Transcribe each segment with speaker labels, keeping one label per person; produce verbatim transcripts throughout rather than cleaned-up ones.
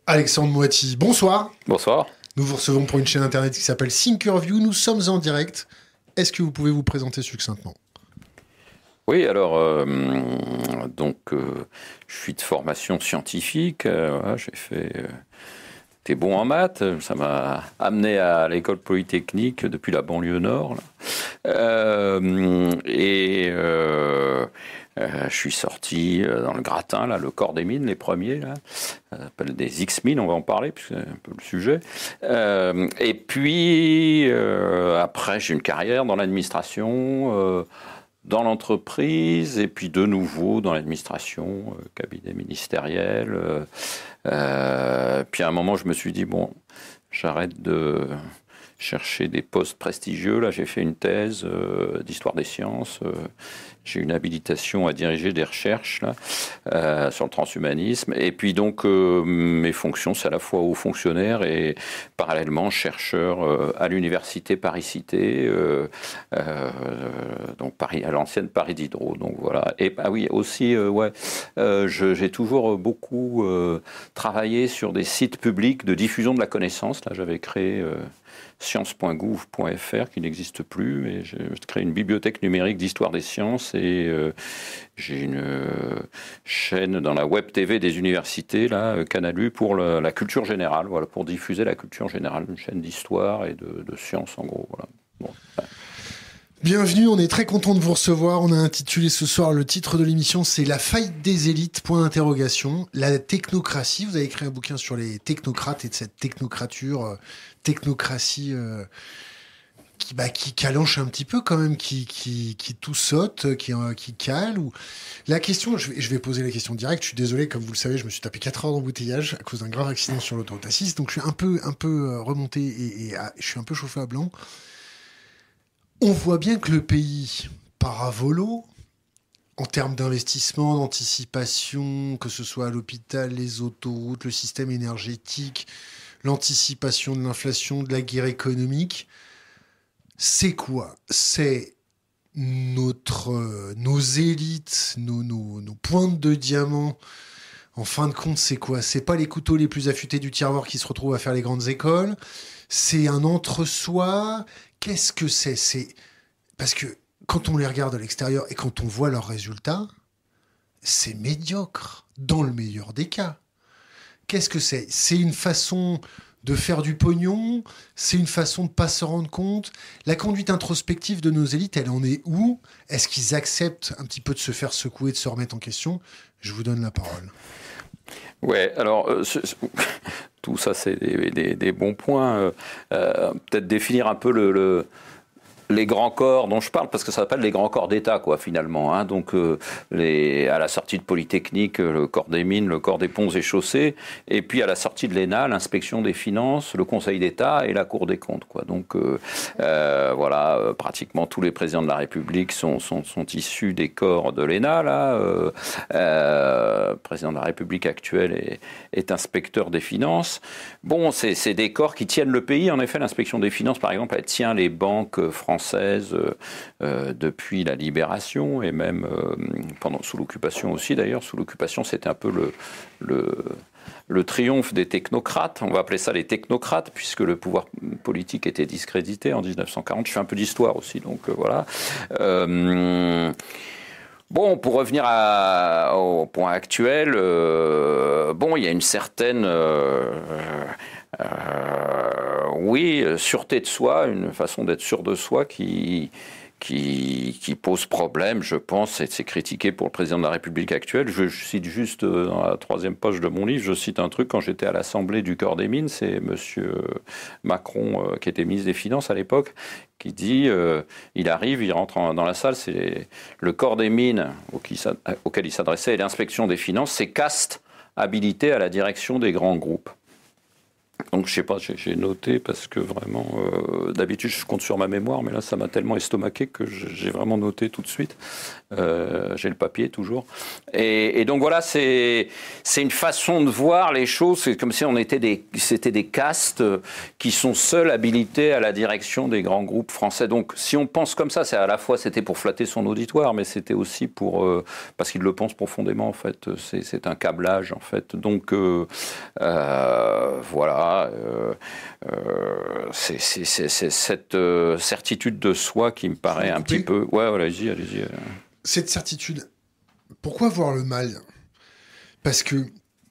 Speaker 1: Alexandre Moiti, bonsoir.
Speaker 2: Bonsoir.
Speaker 1: Nous vous recevons pour une chaîne internet qui s'appelle Thinkerview. Nous sommes en direct. Est-ce que vous pouvez vous présenter succinctement ?
Speaker 2: Oui, alors, euh, donc, euh, je suis de formation scientifique. Euh, voilà, j'ai fait. Euh, T'es bon en maths, ça m'a amené à l'école polytechnique depuis la banlieue nord. Là. Euh, et euh, euh, je suis sorti dans le gratin, là, le corps des mines, les premiers, là. Ça s'appelle des X-mines, on va en parler, puisque c'est un peu le sujet. Euh, et puis, euh, après, j'ai une carrière dans l'administration. Euh, dans l'entreprise, et puis de nouveau dans l'administration, euh, cabinet ministériel. Euh, euh, puis à un moment, je me suis dit, bon, j'arrête de chercher des postes prestigieux. Là, j'ai fait une thèse euh, d'histoire des sciences. Euh, j'ai une habilitation à diriger des recherches là, euh, sur le transhumanisme. Et puis donc, euh, mes fonctions, c'est à la fois haut fonctionnaire et parallèlement chercheur euh, à l'université Paris-Cité, euh, euh, donc Paris, à l'ancienne Paris Diderot. Donc voilà. Et ah oui, aussi, euh, ouais, euh, je, j'ai toujours beaucoup euh, travaillé sur des sites publics de diffusion de la connaissance. Là, j'avais créé euh, sciences point gouv point f r qui n'existe plus, mais j'ai créé une bibliothèque numérique d'histoire des sciences et euh, j'ai une euh, chaîne dans la web T V des universités, là, Canalu, pour le, la culture générale, voilà, pour diffuser la culture générale, une chaîne d'histoire et de, de sciences en gros. Voilà. Bon, ouais.
Speaker 1: Bienvenue, on est très content de vous recevoir. On a intitulé ce soir, le titre de l'émission, c'est La faillite des élites, point d'interrogation. La technocratie, vous avez écrit un bouquin sur les technocrates et de cette technocrature, euh, technocratie euh, qui, bah, qui calanche un petit peu quand même, qui, qui, qui tout saute, qui, euh, qui cale. Ou... La question, je vais, je vais poser la question directe. Je suis désolé, comme vous le savez, je me suis tapé quatre heures d'embouteillage à cause d'un grave accident sur l'autoroute A six. Donc je suis un peu, un peu remonté et, et ah, je suis un peu chauffé à blanc. On voit bien que le pays part à volo en termes d'investissement, d'anticipation, que ce soit à l'hôpital, les autoroutes, le système énergétique, l'anticipation de l'inflation, de la guerre économique. C'est quoi ? C'est notre, euh, nos élites, nos, nos, nos pointes de diamant. En fin de compte, c'est quoi ? C'est pas les couteaux les plus affûtés du tiroir qui se retrouvent à faire les grandes écoles. C'est un entre-soi. Qu'est-ce que c'est ? C'est parce que quand on les regarde de l'extérieur et quand on voit leurs résultats, c'est médiocre, dans le meilleur des cas. Qu'est-ce que c'est ? C'est une façon de faire du pognon ? C'est une façon de ne pas se rendre compte ? La conduite introspective de nos élites, elle en est où ? Est-ce qu'ils acceptent un petit peu de se faire secouer, de se remettre en question ? Je vous donne la parole.
Speaker 2: Ouais, alors euh, ce, ce, tout ça c'est des, des, des bons points. Euh, euh, peut-être définir un peu le, le, les grands corps dont je parle, parce que ça s'appelle les grands corps d'État, quoi, finalement. Hein. Donc, euh, les, à la sortie de Polytechnique, le corps des mines, le corps des ponts et chaussées, et puis à la sortie de l'E N A, l'inspection des finances, le Conseil d'État et la Cour des comptes, quoi. Donc, euh, euh, voilà, euh, pratiquement tous les présidents de la République sont, sont, sont issus des corps de l'E N A, là. Euh, euh, le président de la République actuel est, est inspecteur des finances. Bon, c'est, c'est des corps qui tiennent le pays. En effet, l'inspection des finances, par exemple, elle tient les banques françaises française euh, euh, depuis la libération et même euh, pendant, sous l'occupation aussi d'ailleurs. Sous l'occupation, c'était un peu le, le, le triomphe des technocrates. On va appeler ça les technocrates puisque le pouvoir politique était discrédité en dix-neuf cent quarante. Je fais un peu d'histoire aussi, donc euh, voilà. Euh, Bon, pour revenir à, au point actuel, euh, bon, il y a une certaine... Euh, Euh, oui, sûreté de soi, une façon d'être sûr de soi qui, qui, qui pose problème, je pense, et c'est critiqué pour le président de la République actuelle. Je, je cite juste dans la troisième page de mon livre, je cite un truc, quand j'étais à l'Assemblée du Corps des Mines, c'est monsieur Macron, euh, qui était ministre des Finances à l'époque, qui dit, euh, il arrive, il rentre en, dans la salle, c'est les, le Corps des Mines auquel, auquel il s'adressait, et l'inspection des Finances, c'est caste habilité à la direction des grands groupes. Donc je sais pas, j'ai, j'ai noté parce que vraiment, euh, d'habitude je compte sur ma mémoire, mais là ça m'a tellement estomaqué que j'ai vraiment noté tout de suite. Euh, j'ai le papier toujours. Et, et donc voilà, c'est c'est une façon de voir les choses. C'est comme si on était des c'était des castes qui sont seuls habilités à la direction des grands groupes français. Donc si on pense comme ça, c'est à la fois c'était pour flatter son auditoire, mais c'était aussi pour euh, parce qu'il le pense profondément en fait. C'est c'est un câblage en fait. Donc euh, euh, voilà. Euh, euh, c'est, c'est, c'est, c'est cette euh, certitude de soi qui me paraît un petit peu... Ouais, voilà, allez-y, allez-y.
Speaker 1: Cette certitude, pourquoi voir le mal ? Parce que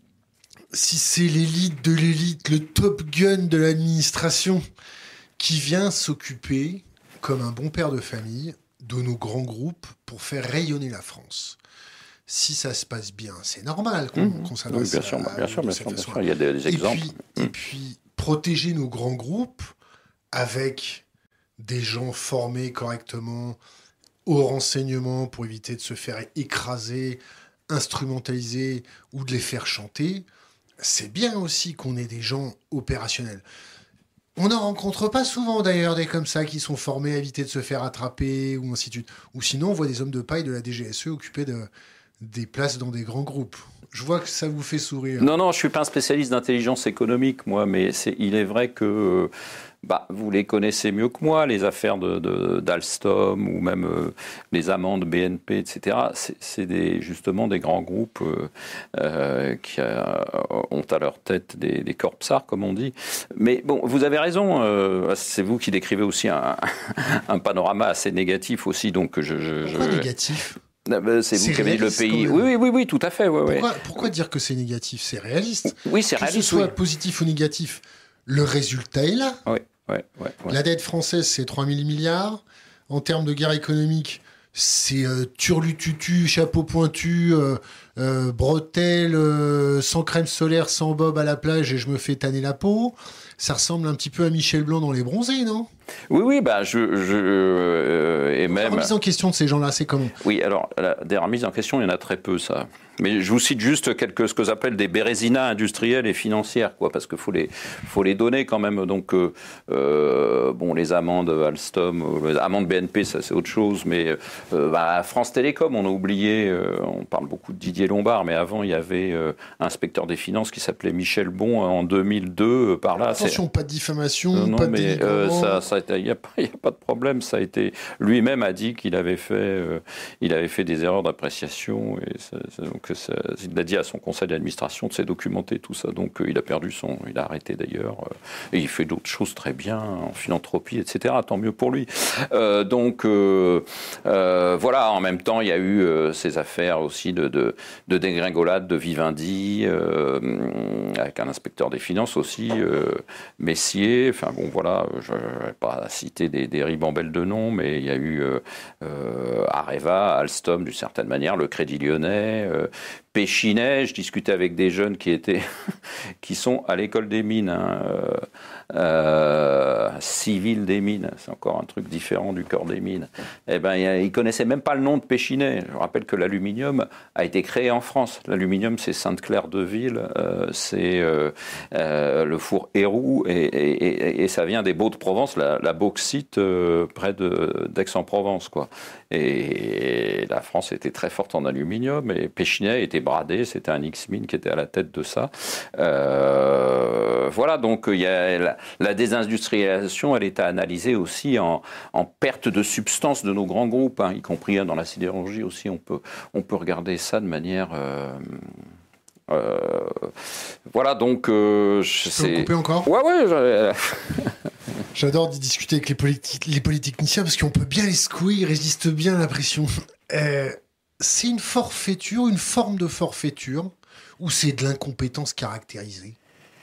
Speaker 1: si c'est l'élite de l'élite, le Top Gun de l'administration qui vient s'occuper, comme un bon père de famille, de nos grands groupes pour faire rayonner la France. Si ça se passe bien, c'est normal qu'on, mmh. qu'on s'adresse
Speaker 2: oui, bien sûr,
Speaker 1: à,
Speaker 2: bien sûr, bien
Speaker 1: sûr,
Speaker 2: bien sûr. Il y a des, des exemples.
Speaker 1: Et puis, mmh. et puis, protéger nos grands groupes avec des gens formés correctement au renseignement pour éviter de se faire écraser, instrumentaliser ou de les faire chanter, c'est bien aussi qu'on ait des gens opérationnels. On n'en rencontre pas souvent d'ailleurs des comme ça qui sont formés à éviter de se faire attraper ou ainsi de suite. Ou sinon on voit des hommes de paille de la D G S E occupés de, des places dans des grands groupes. Je vois que ça vous fait sourire.
Speaker 2: Non, non, je ne suis pas un spécialiste d'intelligence économique, moi, mais c'est, il est vrai que bah, vous les connaissez mieux que moi, les affaires de, de, d'Alstom ou même euh, les amendes B N P, et cetera. C'est, c'est des, justement des grands groupes euh, euh, qui euh, ont à leur tête des, des corpsards, comme on dit. Mais bon, vous avez raison, euh, c'est vous qui décrivez aussi un, un panorama assez négatif aussi. Donc je, je,
Speaker 1: Pourquoi
Speaker 2: je...
Speaker 1: négatif ?
Speaker 2: C'est, c'est vous qui avez dit le pays. Oui, oui, oui, oui, tout à fait. Ouais,
Speaker 1: pourquoi,
Speaker 2: ouais.
Speaker 1: pourquoi dire que c'est négatif ? C'est réaliste.
Speaker 2: Oui, c'est
Speaker 1: que
Speaker 2: réaliste.
Speaker 1: Que ce soit
Speaker 2: oui.
Speaker 1: positif ou négatif, le résultat est là.
Speaker 2: Oui, oui, oui. Ouais.
Speaker 1: La dette française, c'est trois mille milliards. En termes de guerre économique, c'est euh, turlututu, chapeau pointu, euh, euh, bretelles, euh, sans crème solaire, sans bob à la plage et je me fais tanner la peau. Ça ressemble un petit peu à Michel Blanc dans Les Bronzés, non ?
Speaker 2: Oui, oui, bah, je, je euh, et même.
Speaker 1: La remise en question de ces gens-là, c'est comment ?
Speaker 2: Oui, alors, la, des remises en question, il y en a très peu, ça. Mais je vous cite juste quelques, ce que j'appelle des bérésinas industrielles et financières, quoi, parce qu'il faut les, faut les donner quand même. Donc, euh, euh, bon, les amendes Alstom, les amendes B N P, ça c'est autre chose, mais euh, bah, France Télécom, on a oublié, euh, on parle beaucoup de Didier Lombard, mais avant, il y avait euh, un inspecteur des finances qui s'appelait Michel Bon en deux mille deux, par là.
Speaker 1: Attention,
Speaker 2: c'est...
Speaker 1: pas de diffamation,
Speaker 2: non, non,
Speaker 1: pas de
Speaker 2: mais
Speaker 1: dénigrement.
Speaker 2: euh, ça, ça, il n'y a, a pas de problème. Ça a été, lui-même a dit qu'il avait fait, euh, il avait fait des erreurs d'appréciation et ça, ça, donc ça, il l'a dit à son conseil d'administration de s'est documenté tout ça. Donc euh, il a perdu son, il a arrêté d'ailleurs euh, et il fait d'autres choses très bien en philanthropie, et cetera. Tant mieux pour lui. Euh, donc euh, euh, voilà. En même temps, il y a eu euh, ces affaires aussi de, de, de dégringolade de Vivendi euh, avec un inspecteur des finances aussi, euh, Messier. Enfin bon, voilà. Je ne vais pas citer des, des ribambelles de noms, mais il y a eu euh, euh, Areva, Alstom d'une certaine manière, le Crédit Lyonnais, euh, Péchinet. Je discutais avec des jeunes qui étaient, qui sont à l'école des mines, hein, euh, euh, civil des mines. C'est encore un truc différent du corps des mines. Eh ben, ils connaissaient même pas le nom de Péchinet. Je rappelle que l'aluminium a été créé en France. L'aluminium, c'est Sainte-Claire-de-Ville, euh, c'est euh, euh, le four Héroux, et, et, et, et ça vient des Baux-de-Provence, la, la bauxite euh, près de, d'Aix-en-Provence, quoi. Et la France était très forte en aluminium, et Péchinet était bradé, c'était un X-Mine qui était à la tête de ça. Euh, voilà, donc il y a la, la désindustrialisation, elle est à analyser aussi en, en perte de substance de nos grands groupes, hein, y compris hein, dans la sidérurgie aussi, on peut, on peut regarder ça de manière... Euh, Euh, voilà, donc euh, je
Speaker 1: peux vous couper encore ?
Speaker 2: Ouais, ouais. Je...
Speaker 1: J'adore d'y discuter avec les, politi- les polytechniciens parce qu'on peut bien les secouer, ils résistent bien à la pression. Euh, c'est une forfaiture, une forme de forfaiture, ou c'est de l'incompétence caractérisée ?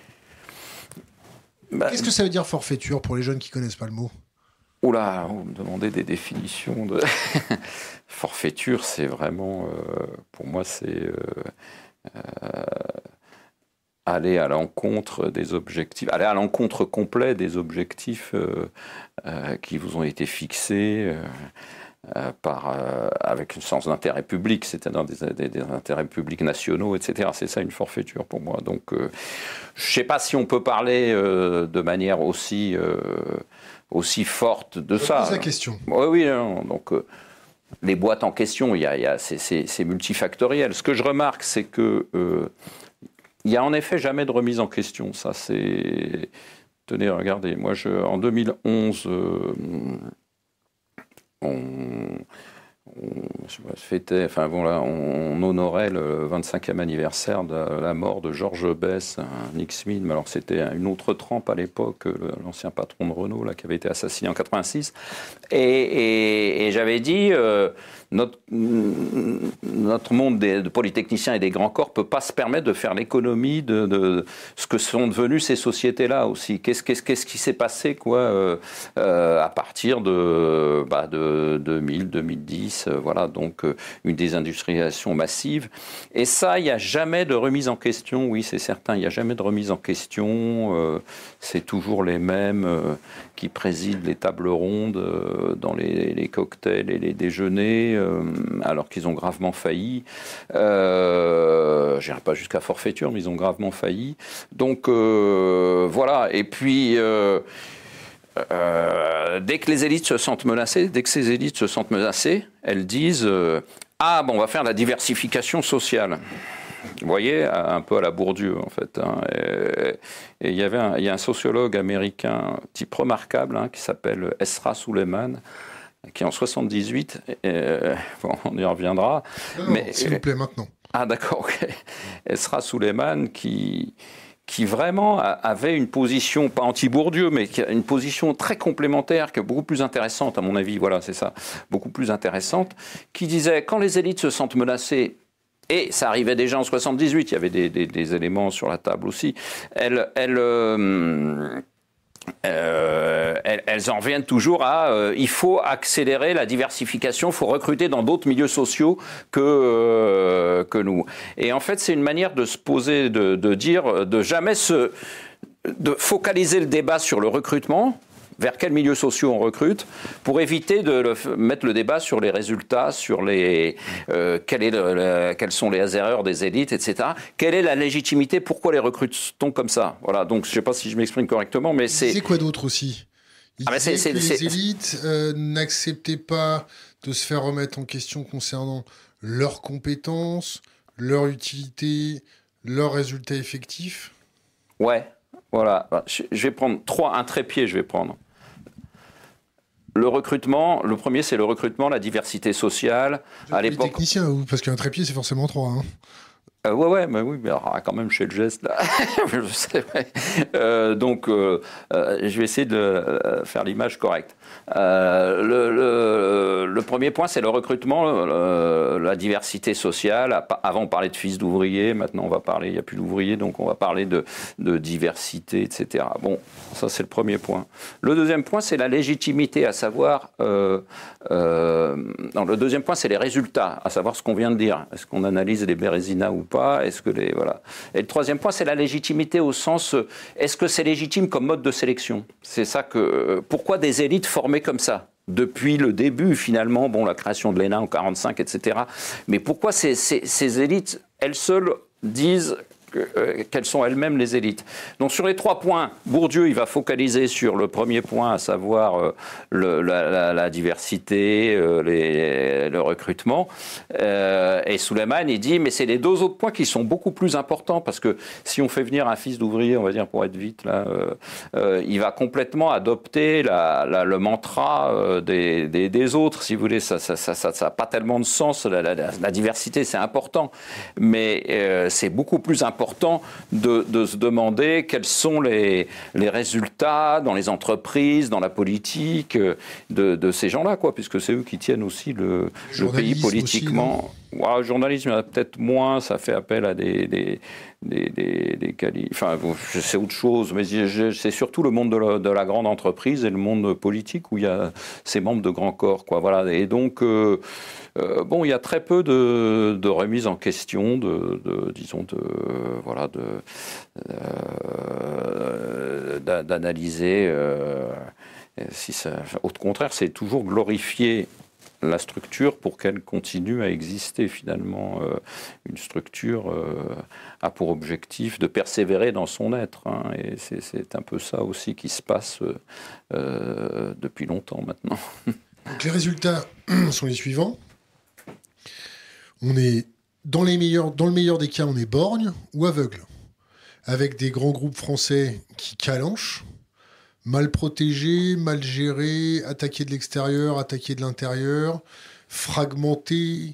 Speaker 1: bah, Qu'est-ce que ça veut dire forfaiture pour les jeunes qui connaissent pas le mot ?
Speaker 2: Oula, vous me demandez des définitions de forfaiture, c'est vraiment, euh, pour moi, c'est euh, euh, aller à l'encontre des objectifs, aller à l'encontre complet des objectifs euh, euh, qui vous ont été fixés. Euh, euh, par, euh, avec un sens d'intérêt public, c'est-à-dire des, des, des intérêts publics nationaux, et cetera. C'est ça une forfaiture pour moi. Donc, euh, je ne sais pas si on peut parler euh, de manière aussi, euh, aussi forte de
Speaker 1: je
Speaker 2: ça.
Speaker 1: pose la question.
Speaker 2: Oui, oui, non, donc... Euh, les boîtes en question, il y a, il y a, c'est, c'est, c'est multifactoriel. Ce que je remarque, c'est que euh, il y a en effet jamais de remise en question. Ça, c'est... Tenez, regardez, moi, je, en deux mille onze, euh, on, on fêtait, enfin bon là, on, on honorait le vingt-cinquième anniversaire de la mort de Georges Besse, un X-Min, mais alors c'était une autre trempe à l'époque, l'ancien patron de Renault, là, qui avait été assassiné en quatre-vingt-six. Et, et, et j'avais dit, euh, notre, notre monde des, de polytechniciens et des grands corps ne peut pas se permettre de faire l'économie de, de ce que sont devenues ces sociétés-là aussi. Qu'est-ce, qu'est-ce, qu'est-ce qui s'est passé quoi, euh, euh, à partir de, bah, de deux mille, deux mille dix, euh, voilà, donc euh, une désindustrialisation massive. Et ça, il n'y a jamais de remise en question, oui, c'est certain, il n'y a jamais de remise en question. Euh, c'est toujours les mêmes euh, qui président les tables rondes euh, dans les, les cocktails et les déjeuners, euh, alors qu'ils ont gravement failli. Euh, je n'irai pas jusqu'à forfaiture, mais ils ont gravement failli. Donc euh, voilà. Et puis euh, euh, dès que les élites se sentent menacées, dès que ces élites se sentent menacées, elles disent euh, ah bon, on va faire la diversification sociale. Vous voyez, un peu à la Bourdieu, en fait. Hein. Et il y avait un, il y a un sociologue américain, un type remarquable, hein, qui s'appelle Esra Suleiman, qui en soixante-dix-huit, euh, bon, on y reviendra.
Speaker 1: Non, non,
Speaker 2: mais,
Speaker 1: s'il vous plaît, maintenant.
Speaker 2: Ah d'accord, ok. Esra Suleiman, qui, qui vraiment avait une position, pas anti-Bourdieu, mais qui a une position très complémentaire, qui est beaucoup plus intéressante, à mon avis, voilà, c'est ça, beaucoup plus intéressante, qui disait, quand les élites se sentent menacées, et ça arrivait déjà en soixante-dix-huit, il y avait des, des, des éléments sur la table aussi. Elles, elles, euh, euh, elles, elles en reviennent toujours à euh, il faut accélérer la diversification, il faut recruter dans d'autres milieux sociaux que, euh, que nous. Et en fait, c'est une manière de se poser, de, de dire, de jamais se... de focaliser le débat sur le recrutement, vers quels milieux sociaux on recrute, pour éviter de le, mettre le débat sur les résultats, sur les, euh, quel est le, le, quelles sont les erreurs des élites, et cetera. Quelle est la légitimité, pourquoi les recrute-t-on comme ça? Voilà, donc je ne sais pas si je m'exprime correctement, mais c'est...
Speaker 1: C'est quoi d'autre aussi? Il
Speaker 2: ah
Speaker 1: disait
Speaker 2: c'est,
Speaker 1: que
Speaker 2: c'est,
Speaker 1: les
Speaker 2: c'est...
Speaker 1: élites euh, n'acceptaient pas de se faire remettre en question concernant leurs compétences, leur utilité, leurs résultats effectifs.
Speaker 2: Ouais, voilà. Je vais prendre trois, un trépied, je vais prendre. Le recrutement, le premier c'est le recrutement, la diversité sociale.
Speaker 1: Vous êtes polytechnicien, parce qu'un trépied c'est forcément trois. Hein.
Speaker 2: Euh, ouais, ouais, mais oui, mais alors, quand même, chez le geste, là. je sais, ouais. euh, donc, euh, euh, je vais essayer de euh, faire l'image correcte. Euh, le, le, le premier point, c'est le recrutement, euh, la diversité sociale. Avant, on parlait de fils d'ouvriers, maintenant, on va parler, il n'y a plus d'ouvriers, donc on va parler de, de diversité, et cetera. Bon, ça, c'est le premier point. Le deuxième point, c'est la légitimité, à savoir... Euh, euh, non, le deuxième point, c'est les résultats, à savoir ce qu'on vient de dire. Est-ce qu'on analyse les Bérézina ou pas? Est-ce que les voilà. Et le troisième point, c'est la légitimité au sens est-ce que c'est légitime comme mode de sélection? C'est ça que pourquoi des élites formées comme ça depuis le début finalement, bon la création de l'E N A en quarante-cinq, et cetera. Mais pourquoi ces, ces, ces élites elles seules disent Que, euh, quelles sont elles-mêmes les élites. Donc sur les trois points, Bourdieu il va focaliser sur le premier point, à savoir euh, le, la, la, la diversité, euh, les, le recrutement. Euh, et Suleiman il dit mais c'est les deux autres points qui sont beaucoup plus importants parce que si on fait venir un fils d'ouvrier, on va dire pour être vite là, euh, euh, il va complètement adopter la, la, le mantra euh, des, des, des autres. Si vous voulez, ça ça ça ça n'a pas tellement de sens. La, la, la diversité c'est important, mais euh, c'est beaucoup plus important important de, de se demander quels sont les, les résultats dans les entreprises, dans la politique de, de ces gens-là, quoi, puisque c'est eux qui tiennent aussi le, le pays politiquement. Aussi, ouais, le journalisme, il y en a peut-être moins, ça fait appel à des... des Des, des, des quali... Enfin, bon, c'est autre chose, mais c'est surtout le monde de la, de la grande entreprise et le monde politique où il y a ces membres de grands corps, quoi. Voilà. Et donc, euh, euh, bon, il y a très peu de, de remise en question, de, de disons, de voilà, de euh, d'analyser. Euh, si ça, au contraire, c'est toujours glorifier la structure pour qu'elle continue à exister finalement. Euh, une structure euh, a pour objectif de persévérer dans son être, hein, et c'est, c'est un peu ça aussi qui se passe euh, depuis longtemps maintenant.
Speaker 1: Donc les résultats sont les suivants. On est dans, les meilleurs, dans le meilleur des cas, on est borgne ou aveugle, avec des grands groupes français qui calanchent, mal protégés, mal gérés, attaqués de l'extérieur, attaqués de l'intérieur, fragmentés.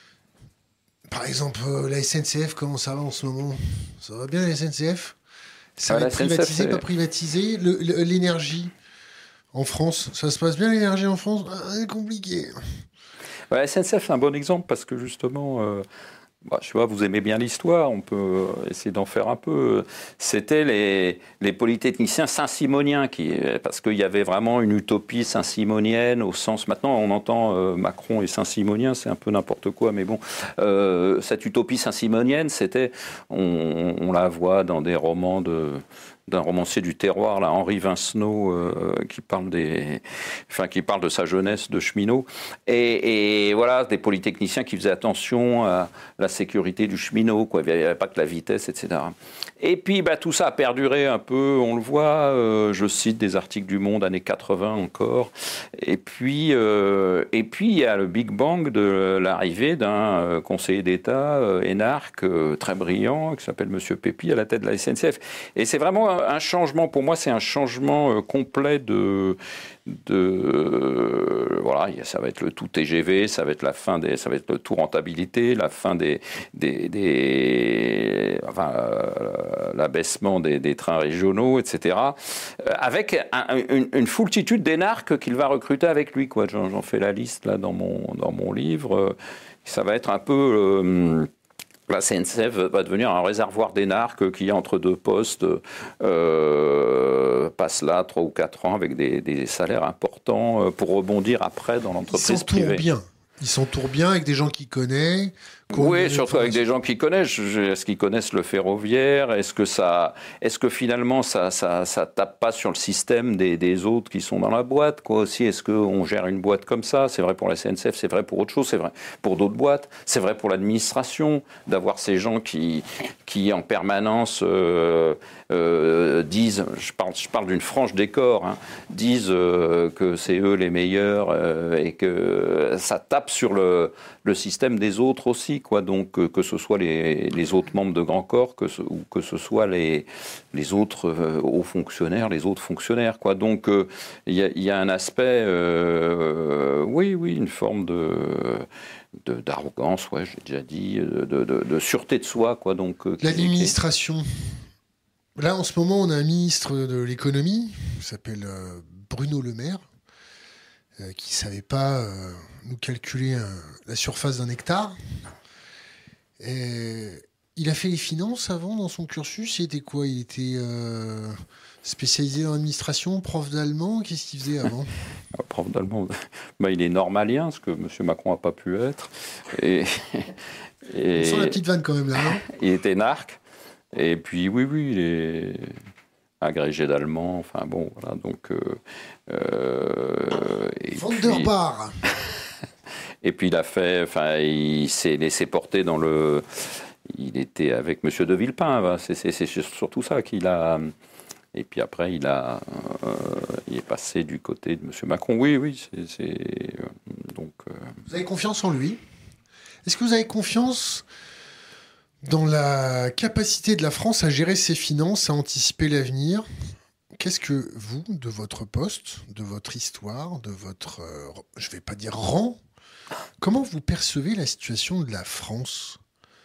Speaker 1: Par exemple, euh, la S N C F, comment ça va en ce moment? Ça va bien la S N C F? Ça ah, va être privatisé, c'est... pas privatisé? Le, le, l'énergie en France, ça se passe bien l'énergie en France? Ah, c'est compliqué.
Speaker 2: Ouais, la S N C F, c'est un bon exemple parce que justement... Euh... Bah, je vois, vous aimez bien l'histoire, on peut essayer d'en faire un peu. C'était les, les polytechniciens saint-simoniens, qui, parce qu'il y avait vraiment une utopie saint-simonienne au sens... Maintenant, on entend euh, Macron et saint-simonien, c'est un peu n'importe quoi, mais bon. Euh, cette utopie saint-simonienne, c'était... On, on la voit dans des romans de... d'un romancier du terroir, là, Henri Vincenot, euh, qui parle des, enfin, qui parle de sa jeunesse de cheminot, et, et voilà, des polytechniciens qui faisaient attention à la sécurité du cheminot, quoi. Il n'y avait pas que la vitesse, et cetera. Et puis, bah, tout ça a perduré un peu, on le voit, euh, je cite des articles du Monde, années quatre-vingts encore, et puis, euh, et puis il y a le Big Bang de l'arrivée d'un conseiller d'État, euh, énarque, euh, très brillant, qui s'appelle Monsieur Pépi, à la tête de la S N C F. Et c'est vraiment un changement, pour moi, c'est un changement complet de... de euh, voilà, ça va être le tout T G V, ça va être la fin des... ça va être le tout rentabilité, la fin des... des, des enfin, euh, l'abaissement des, des trains régionaux, et cetera. Euh, avec un, une, une foultitude d'énarques qu'il va recruter avec lui, quoi. J'en, j'en fais la liste, là, dans mon, dans mon livre. Ça va être un peu... Euh, la S N C F va devenir un réservoir d'énarques qui, entre deux postes, euh, passe là trois ou quatre ans avec des, des salaires importants pour rebondir après dans l'entreprise privée.
Speaker 1: Ils s'entourent bien. Ils s'entourent bien avec des gens qu'ils connaissent.
Speaker 2: Oui, surtout avec des gens qui connaissent. Est-ce qu'ils connaissent le ferroviaire? Est-ce que ça, est-ce que finalement ça, ça, ça tape pas sur le système des, des autres qui sont dans la boîte, quoi aussi? Est-ce qu'on gère une boîte comme ça? C'est vrai pour la S N C F, c'est vrai pour autre chose, c'est vrai pour d'autres boîtes, c'est vrai pour l'administration, d'avoir ces gens qui, qui en permanence euh, euh, disent, je parle, je parle d'une frange des corps, hein, disent euh, que c'est eux les meilleurs euh, et que ça tape sur le, le système des autres aussi. Quoi, donc que, que ce soit les, les autres membres de Grand Corps que ce, ou que ce soit les, les autres euh, hauts fonctionnaires, les autres fonctionnaires. Quoi. Donc il euh, y, y a un aspect, euh, oui, oui, une forme de, de, d'arrogance, ouais, j'ai déjà dit, de, de, de sûreté de soi. Quoi, donc, euh,
Speaker 1: l'administration. Là, en ce moment, on a un ministre de l'économie qui s'appelle euh, Bruno Le Maire, euh, qui ne savait pas euh, nous calculer un, la surface d'un hectare. Et il a fait les finances avant dans son cursus. Il était quoi? Il était euh, spécialisé dans l'administration, prof d'allemand. Qu'est-ce qu'il faisait avant?
Speaker 2: Prof d'allemand, bah, il est normalien, ce que M. Macron n'a pas pu être. Et,
Speaker 1: et... On sent la petite vanne quand même là, non?
Speaker 2: Il était énarque. Et puis oui, oui, il est agrégé d'allemand. Enfin bon, voilà. Donc. Euh, euh,
Speaker 1: Vanderbar.
Speaker 2: Puis... Et puis il a fait, enfin, il s'est laissé porter dans le. Il était avec Monsieur de Villepin. C'est, c'est, c'est surtout ça qu'il a. Et puis après, il a, euh, il est passé du côté de Monsieur Macron. Oui, oui, c'est, c'est donc. Euh...
Speaker 1: Vous avez confiance en lui? Est-ce que vous avez confiance dans la capacité de la France à gérer ses finances, à anticiper l'avenir? Qu'est-ce que vous, de votre poste, de votre histoire, de votre, euh, je ne vais pas dire rang, comment vous percevez la situation de la France?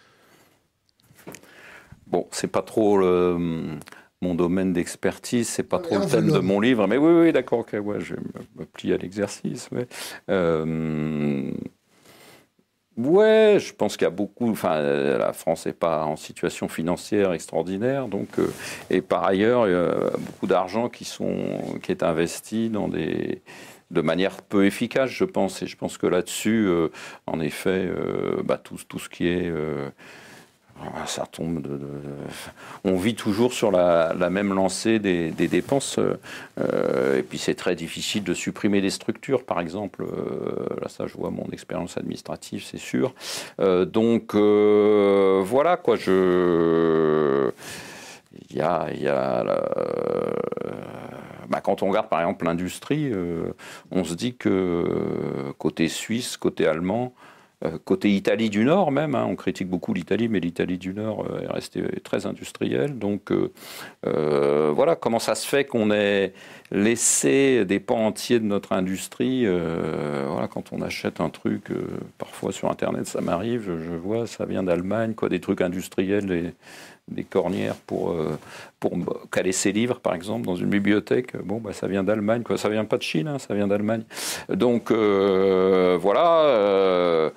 Speaker 2: Bon, c'est pas trop le, mon domaine d'expertise, c'est pas trop le thème
Speaker 1: l'homme.
Speaker 2: de mon livre, mais oui, oui, d'accord, ok, ouais, je vais me plier à l'exercice. Ouais. Euh, ouais, je pense qu'il y a beaucoup. Enfin, la France n'est pas en situation financière extraordinaire, donc euh, et par ailleurs, il y a beaucoup d'argent qui sont qui est investi dans des de manière peu efficace, je pense. Et je pense que là-dessus, euh, en effet, euh, bah, tout, tout ce qui est... Euh, ça tombe de, de, de, on vit toujours sur la, la même lancée des, des dépenses, euh, et puis c'est très difficile de supprimer des structures, par exemple. Euh, là, ça, je vois mon expérience administrative, c'est sûr. Euh, donc euh, voilà quoi. Je, il y a, il y a la, bah, quand on regarde par exemple l'industrie, euh, on se dit que côté suisse, côté allemand, euh, côté Italie du Nord même, hein, on critique beaucoup l'Italie, mais l'Italie du Nord euh, est restée très industrielle. Donc euh, euh, voilà, comment ça se fait qu'on ait laissé des pans entiers de notre industrie. Euh, voilà, quand on achète un truc, euh, parfois sur Internet, ça m'arrive, je, je vois, ça vient d'Allemagne, quoi, des trucs industriels, des, des cornières pour, euh, pour caler ses livres, par exemple, dans une bibliothèque. Bon, bah, ça vient d'Allemagne, quoi. Ça vient pas de Chine, hein, ça vient d'Allemagne. Donc, euh, voilà. Euh,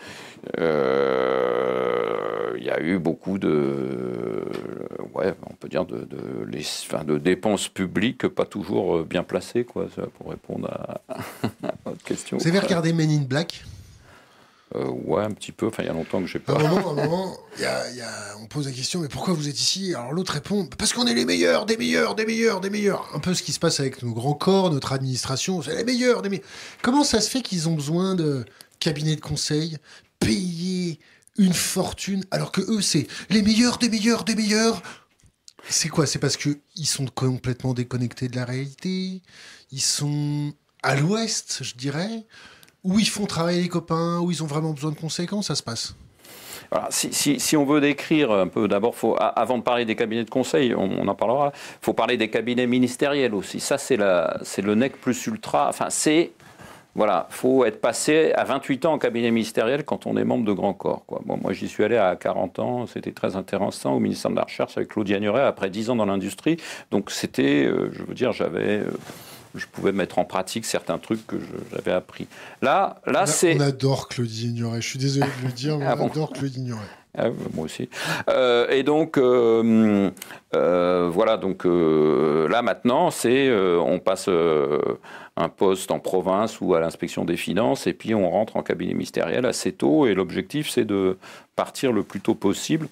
Speaker 2: euh, il y a eu beaucoup de, ouais, on peut dire de, de, les, enfin, de dépenses publiques pas toujours bien placées, quoi, pour répondre à, à votre question.
Speaker 1: Vous avez regardé Men in Black ?
Speaker 2: Euh, ouais, un petit peu. Enfin, il y a longtemps que j'ai pas.
Speaker 1: À un moment, à un moment y a, y a, on pose la question, mais pourquoi vous êtes ici ? Alors l'autre répond, parce qu'on est les meilleurs, des meilleurs, des meilleurs, des meilleurs. Un peu ce qui se passe avec nos grands corps, notre administration, c'est les meilleurs, des meilleurs. Comment ça se fait qu'ils ont besoin de cabinets de conseil, payer une fortune, alors que eux, c'est les meilleurs, des meilleurs, des meilleurs ? C'est quoi ? C'est parce qu'ils sont complètement déconnectés de la réalité ? Ils sont à l'ouest, je dirais ? Où ils font travailler les copains, où ils ont vraiment besoin de conseils, comment ça se passe ?
Speaker 2: Voilà, si, si, si on veut décrire un peu, d'abord, faut, avant de parler des cabinets de conseil, on, on en parlera, il faut parler des cabinets ministériels aussi. Ça, c'est, la, c'est le nec plus ultra. Enfin, c'est. Voilà, il faut être passé à vingt-huit ans en cabinet ministériel quand on est membre de Grand Corps, quoi. Bon, moi, j'y suis allé à quarante ans, c'était très intéressant au ministère de la Recherche avec Claude Agnoret, après dix ans dans l'industrie. Donc, c'était, euh, je veux dire, j'avais. Euh, je pouvais mettre en pratique certains trucs que je, j'avais appris. Là, là
Speaker 1: on a,
Speaker 2: c'est...
Speaker 1: On adore Claudie Ignoret. Je suis désolé de le dire, mais ah on bon adore Claudie Ignoret.
Speaker 2: Ah, moi aussi. Euh, et donc, euh, euh, voilà, donc euh, là maintenant, c'est euh, on passe euh, un poste en province ou à l'inspection des finances, et puis on rentre en cabinet ministériel assez tôt, et l'objectif, c'est de partir le plus tôt possible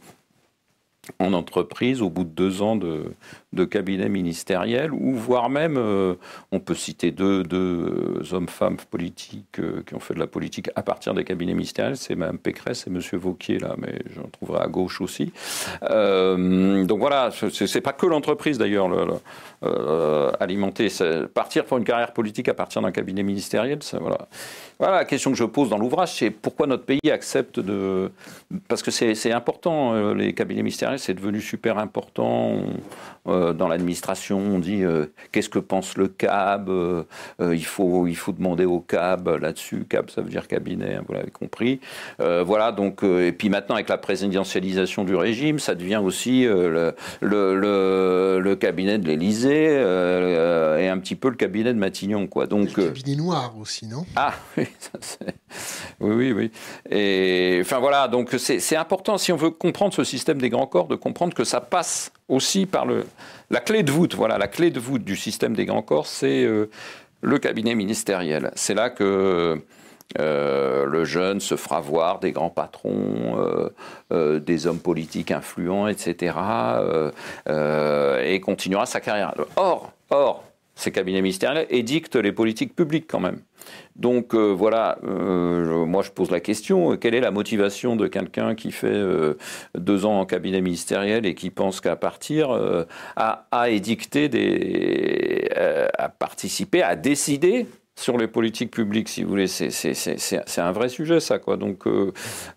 Speaker 2: en entreprise au bout de deux ans de, de cabinet ministériel, ou voire même, euh, on peut citer deux, deux hommes-femmes politiques euh, qui ont fait de la politique à partir des cabinets ministériels, c'est Mme Pécresse et M. Wauquiez, là, mais j'en trouverai à gauche aussi. Euh, donc voilà, c'est, c'est pas que l'entreprise d'ailleurs, le, le, euh, alimenter, partir pour une carrière politique à partir d'un cabinet ministériel, ça, voilà. Voilà, la question que je pose dans l'ouvrage, c'est pourquoi notre pays accepte de... Parce que c'est, c'est important, euh, les cabinets ministériels, c'est devenu super important. On, euh, dans l'administration, on dit euh, qu'est-ce que pense le C A B, euh, euh, il, faut, il faut demander au C A B là-dessus. C A B, ça veut dire cabinet, vous l'avez compris. Euh, voilà, donc, euh, et puis maintenant, avec la présidentialisation du régime, ça devient aussi euh, le, le, le, le cabinet de l'Élysée euh, et un petit peu le cabinet de Matignon, quoi. Donc,
Speaker 1: le cabinet noir aussi, non ?
Speaker 2: Ah, oui. Ça, c'est... Oui, oui, oui. Et enfin voilà, donc c'est, c'est important, si on veut comprendre ce système des grands corps, de comprendre que ça passe aussi par le, la clé de voûte. Voilà, la clé de voûte du système des grands corps, c'est euh, le cabinet ministériel. C'est là que euh, le jeune se fera voir des grands patrons, euh, euh, des hommes politiques influents, et cetera, euh, euh, et continuera sa carrière. Or, or, ces cabinets ministériels édictent les politiques publiques quand même. Donc euh, voilà, euh, moi je pose la question, quelle est la motivation de quelqu'un qui fait euh, deux ans en cabinet ministériel et qui pense qu'à partir, euh, à, à édicter, des, euh, à participer, à décider sur les politiques publiques, si vous voulez, c'est, c'est, c'est, c'est un vrai sujet, ça, quoi. Donc, euh,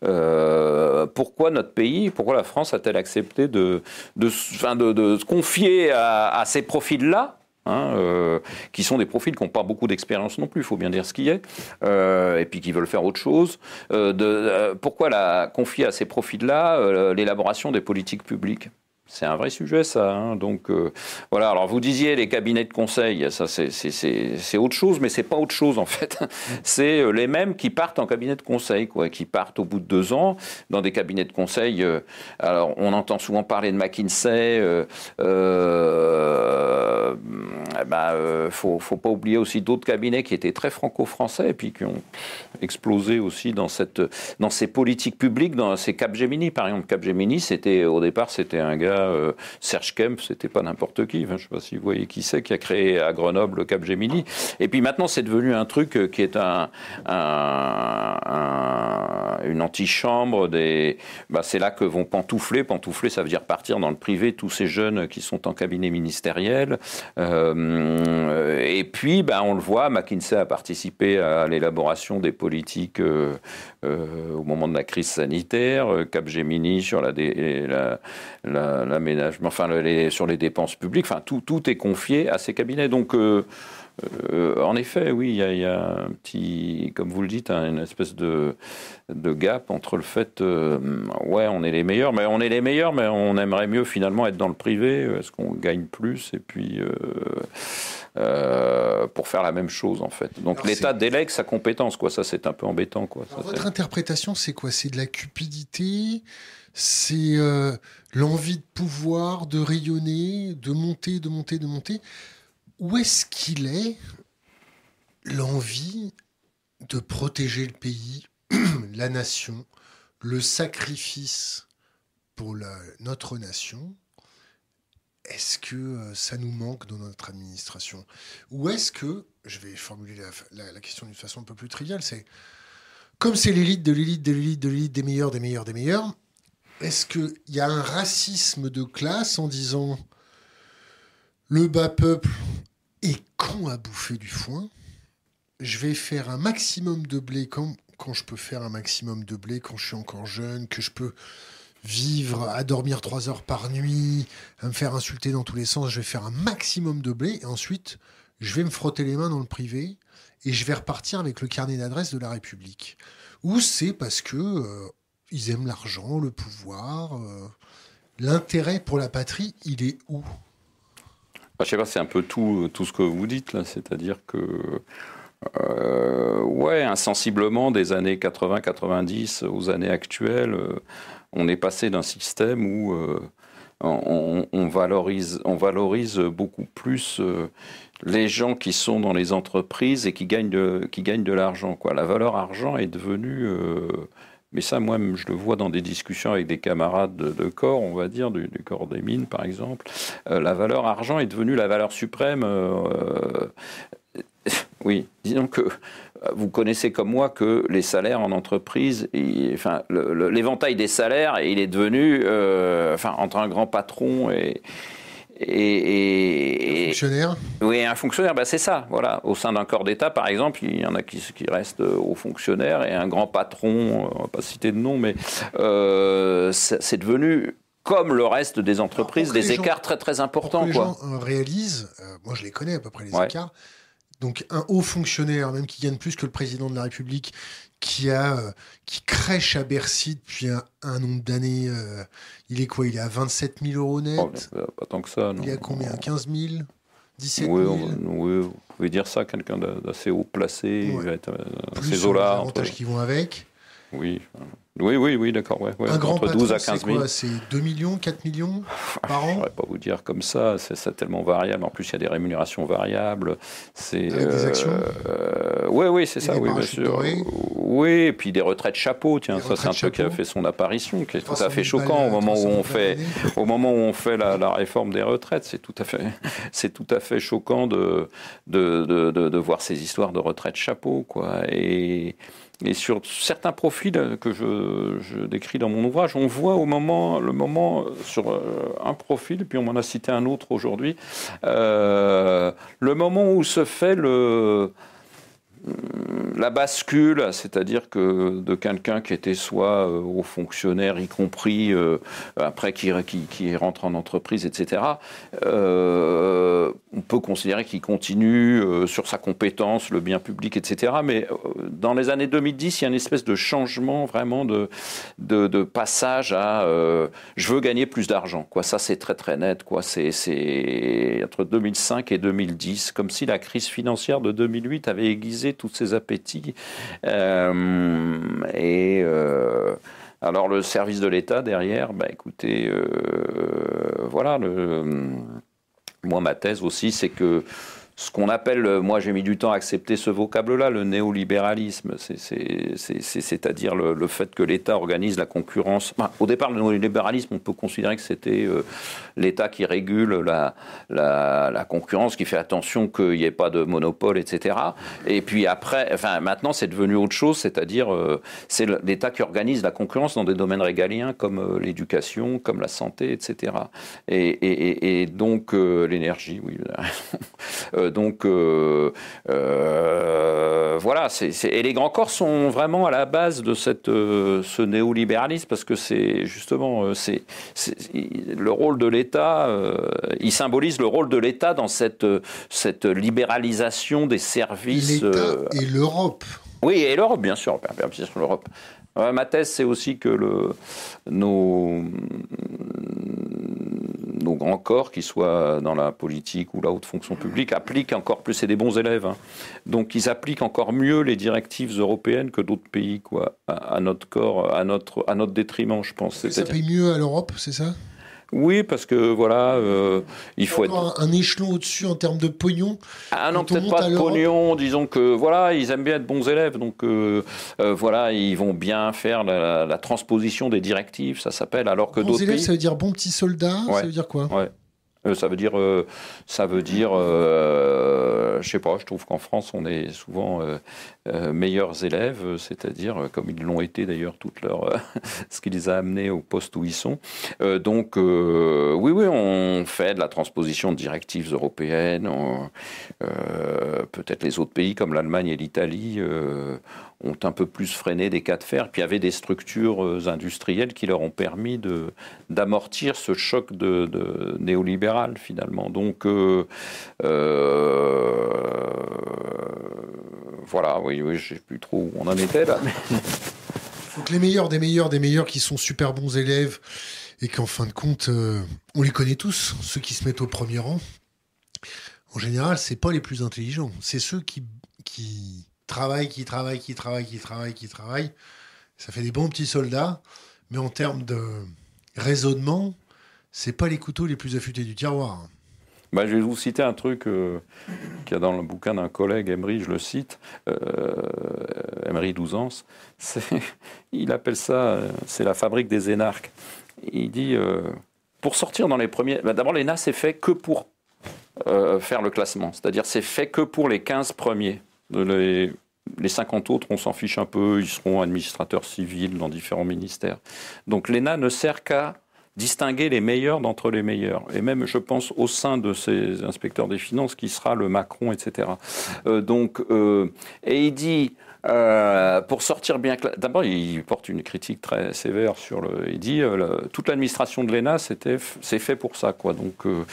Speaker 2: euh, pourquoi notre pays, pourquoi la France a-t-elle accepté de, de, enfin de, de se confier à, à ces profils-là? Hein, euh, qui sont des profils qui n'ont pas beaucoup d'expérience non plus, il faut bien dire ce qui est, euh, et puis qui veulent faire autre chose. Euh, de, euh, pourquoi la, confier à ces profils-là euh, l'élaboration des politiques publiques ? C'est un vrai sujet, ça. Hein. Donc, euh, voilà. Alors, vous disiez les cabinets de conseil, ça, c'est, c'est, c'est, c'est autre chose, mais c'est pas autre chose, en fait. C'est les mêmes qui partent en cabinet de conseil, quoi, qui partent au bout de deux ans dans des cabinets de conseil. Euh, alors, on entend souvent parler de McKinsey, euh, euh, bah, euh, faut, faut pas oublier aussi d'autres cabinets qui étaient très franco-français et puis qui ont explosé aussi dans cette, dans ces politiques publiques, dans ces Capgemini, par exemple. Capgemini, c'était, au départ, c'était un gars, euh, Serge Kemp, c'était pas n'importe qui. Enfin, je sais pas si vous voyez qui c'est, qui a créé à Grenoble le Capgemini. Et puis maintenant, c'est devenu un truc qui est un, un, un une antichambre des, bah, c'est là que vont pantoufler. Pantoufler, ça veut dire partir dans le privé, tous ces jeunes qui sont en cabinet ministériel. Euh, et puis, bah, on le voit, McKinsey a participé à l'élaboration des politiques euh, euh, au moment de la crise sanitaire, Capgemini sur la, dé, la, la, l'aménagement, enfin, les, sur les dépenses publiques. Enfin, tout, tout est confié à ces cabinets. Donc, euh, Euh, en effet, oui, il y, y a un petit, comme vous le dites, hein, une espèce de, de gap entre le fait, euh, ouais, on est les meilleurs, mais on est les meilleurs, mais on aimerait mieux finalement être dans le privé, est-ce qu'on gagne plus, et puis euh, euh, pour faire la même chose en fait. Donc alors l'État c'est... délègue sa compétence, quoi. Ça c'est un peu embêtant, quoi.
Speaker 1: Alors,
Speaker 2: ça,
Speaker 1: votre
Speaker 2: c'est...
Speaker 1: interprétation, c'est quoi? C'est de la cupidité? C'est euh, l'envie de pouvoir, de rayonner, de monter, de monter, de monter? Où est-ce qu'il est l'envie de protéger le pays, la nation, le sacrifice pour la, notre nation? Est-ce que euh, ça nous manque dans notre administration? Ou est-ce que, je vais formuler la, la, la question d'une façon un peu plus triviale, c'est comme c'est l'élite de l'élite de l'élite de l'élite des meilleurs, des meilleurs, des meilleurs, est-ce qu'il y a un racisme de classe en disant le bas peuple est con à bouffer du foin, je vais faire un maximum de blé quand, quand je peux faire un maximum de blé, quand je suis encore jeune, que je peux vivre à dormir trois heures par nuit, à me faire insulter dans tous les sens, je vais faire un maximum de blé, et ensuite, je vais me frotter les mains dans le privé, et je vais repartir avec le carnet d'adresse de la République. Ou c'est parce que euh, ils aiment l'argent, le pouvoir, euh, l'intérêt pour la patrie, il est où ?
Speaker 2: Je sais pas, c'est un peu tout, tout ce que vous dites là, c'est-à-dire que euh, ouais, insensiblement des années quatre-vingts quatre-vingt-dix aux années actuelles, euh, on est passé d'un système où euh, on, on, valorise, on valorise beaucoup plus euh, les gens qui sont dans les entreprises et qui gagnent de, qui gagnent de l'argent, quoi. La valeur argent est devenue euh, mais ça, moi, je le vois dans des discussions avec des camarades de, de corps, on va dire, du, du corps des mines, par exemple. Euh, la valeur argent est devenue la valeur suprême. Euh, oui, disons que vous connaissez comme moi que les salaires en entreprise, il, enfin, le, le, l'éventail des salaires, il est devenu, euh, enfin, entre un grand patron et... Et,
Speaker 1: et, un fonctionnaire.
Speaker 2: Oui, un fonctionnaire, bah c'est ça. Voilà. Au sein d'un corps d'État, par exemple, il y en a qui, qui restent aux fonctionnaires et un grand patron, on ne va pas citer de nom, mais euh, c'est, c'est devenu, comme le reste des entreprises, des écarts gens, très très importants.
Speaker 1: Pour que
Speaker 2: quoi.
Speaker 1: les gens réalisent, euh, moi je les connais à peu près les ouais. écarts, donc un haut fonctionnaire, même qui gagne plus que le président de la République, qui a euh, qui crèche à Bercy depuis un, un nombre d'années. Euh, il est quoi? Il est à vingt-sept mille euros net.
Speaker 2: Oh, pas tant que ça. Non.
Speaker 1: Il est à combien? quinze mille? dix-sept
Speaker 2: oui,
Speaker 1: mille?
Speaker 2: on, oui, vous pouvez dire ça, quelqu'un d'assez haut placé,
Speaker 1: ouais.
Speaker 2: être, euh,
Speaker 1: plus
Speaker 2: ces eaux-là.
Speaker 1: Les avantages entre... qui vont avec.
Speaker 2: Oui, oui, oui, oui, d'accord. Ouais, ouais.
Speaker 1: Un grand
Speaker 2: entre
Speaker 1: patron,
Speaker 2: douze à quinze mille.
Speaker 1: C'est quoi? C'est deux millions, quatre millions par an?
Speaker 2: Je ne pourrais pas vous dire comme ça, c'est, c'est tellement variable. En plus, il y a des rémunérations variables. C'est,
Speaker 1: avec des actions
Speaker 2: euh, Oui, oui, c'est et ça, oui, bien sûr. Dorés. Oui, et puis des retraites chapeaux, tiens, ça c'est un truc qui a fait son apparition, qui est tout à fait choquant au moment où on fait, au moment où on fait la, la réforme des retraites. C'est tout à fait, c'est tout à fait choquant de, de, de, de, de voir ces histoires de retraites chapeaux, quoi. Et... Et sur certains profils que je, je décris dans mon ouvrage, on voit au moment, le moment sur un profil, puis on m'en a cité un autre aujourd'hui, euh, le moment où se fait le, la bascule, c'est-à-dire que de quelqu'un qui était soit euh, haut fonctionnaire, y compris euh, après qui, qui, qui rentre en entreprise, et cetera, euh, on peut considérer qu'il continue euh, sur sa compétence, le bien public, et cetera. Mais euh, dans les années deux mille dix, il y a une espèce de changement vraiment de, de, de passage à euh, je veux gagner plus d'argent. Quoi. Ça, c'est très très net. Quoi. C'est, c'est entre deux mille cinq et deux mille dix, comme si la crise financière de deux mille huit avait aiguisé tous ces appétits. Euh, et euh, alors le service de l'État derrière, bah écoutez, euh, voilà le moi, ma thèse aussi, c'est que ce qu'on appelle, moi j'ai mis du temps à accepter ce vocable-là, le néolibéralisme, c'est, c'est, c'est, c'est, c'est-à-dire le, le fait que l'État organise la concurrence. Enfin, au départ, le néolibéralisme, on peut considérer que c'était euh, l'État qui régule la, la, la concurrence, qui fait attention qu'il n'y ait pas de monopole, et cetera. Et puis après, enfin maintenant c'est devenu autre chose, c'est-à-dire euh, c'est l'État qui organise la concurrence dans des domaines régaliens comme euh, l'éducation, comme la santé, et cetera. Et, et, et, et donc euh, l'énergie, oui. Euh, donc euh, euh, voilà, c'est, c'est... et les grands corps sont vraiment à la base de cette, euh, ce néolibéralisme parce que c'est justement euh, c'est, c'est, le rôle de l'État, euh, il symbolise le rôle de l'État dans cette, cette libéralisation des services.
Speaker 1: L'État
Speaker 2: euh...
Speaker 1: et l'Europe.
Speaker 2: Oui, et l'Europe, bien sûr, bien sûr, l'Europe. Euh, ma thèse, c'est aussi que le, nos, nos grands corps, qu'ils soient dans la politique ou la haute fonction publique, appliquent encore plus, c'est des bons élèves, hein. Donc ils appliquent encore mieux les directives européennes que d'autres pays, quoi, à, à notre corps, à notre, à notre détriment, je pense.
Speaker 1: Ça
Speaker 2: C'est-à-dire...
Speaker 1: paye mieux à l'Europe, c'est ça ?
Speaker 2: Oui, parce que voilà, euh, il faut être
Speaker 1: un, un échelon au-dessus en termes de pognon.
Speaker 2: Ah non, peut-être pas de pognon. Disons que voilà, ils aiment bien être bons élèves, donc euh, euh, voilà, ils vont bien faire la, la transposition des directives, ça s'appelle. Alors que
Speaker 1: bons
Speaker 2: d'autres
Speaker 1: élèves,
Speaker 2: pays,
Speaker 1: ça veut dire bons petits soldats.
Speaker 2: Ouais.
Speaker 1: Ça veut dire quoi ?
Speaker 2: Ouais. Euh, ça veut dire, euh, ça veut dire, euh, je sais pas. Je trouve qu'en France, on est souvent euh, euh, meilleurs élèves, c'est-à-dire euh, comme ils l'ont été d'ailleurs toute leur, euh, ce qui les a amenés au poste où ils sont. Euh, donc, euh, oui, oui, on fait de la transposition de directives européennes. On, euh, peut-être les autres pays comme l'Allemagne et l'Italie euh, ont un peu plus freiné des cas de fer. Puis il y avait des structures industrielles qui leur ont permis de d'amortir ce choc de, de néolibéral finalement. Donc euh, euh, voilà, oui, oui, je sais plus trop où on en était là. Mais...
Speaker 1: Donc les meilleurs des meilleurs des meilleurs qui sont super bons élèves et qu'en fin de compte, euh, on les connaît tous, ceux qui se mettent au premier rang. En général, c'est pas les plus intelligents, c'est ceux qui qui travaillent, qui travaillent, qui travaillent, qui travaillent, qui travaillent. Ça fait des bons petits soldats, mais en termes de raisonnement, c'est pas les couteaux les plus affûtés du tiroir.
Speaker 2: Bah, je vais vous citer un truc euh, qu'il y a dans le bouquin d'un collègue, Emery, je le cite, euh, Emery Douzance. C'est, il appelle ça, euh, c'est la fabrique des énarques. Il dit, euh, pour sortir dans les premiers... Bah, d'abord, l'E N A, c'est fait que pour euh, faire le classement. C'est-à-dire, c'est fait que pour les quinze premiers. Les, les cinquante autres, on s'en fiche un peu, ils seront administrateurs civils dans différents ministères. Donc l'E N A ne sert qu'à distinguer les meilleurs d'entre les meilleurs. Et même, je pense, au sein de ces inspecteurs des finances, qui sera le Macron, et cetera. Euh, donc, euh, et il dit, euh, pour sortir bien... Cla- D'abord, il porte une critique très sévère sur le... Il dit, euh, le, toute l'administration de l'E N A, c'était, c'est fait pour ça, quoi. Donc... Euh,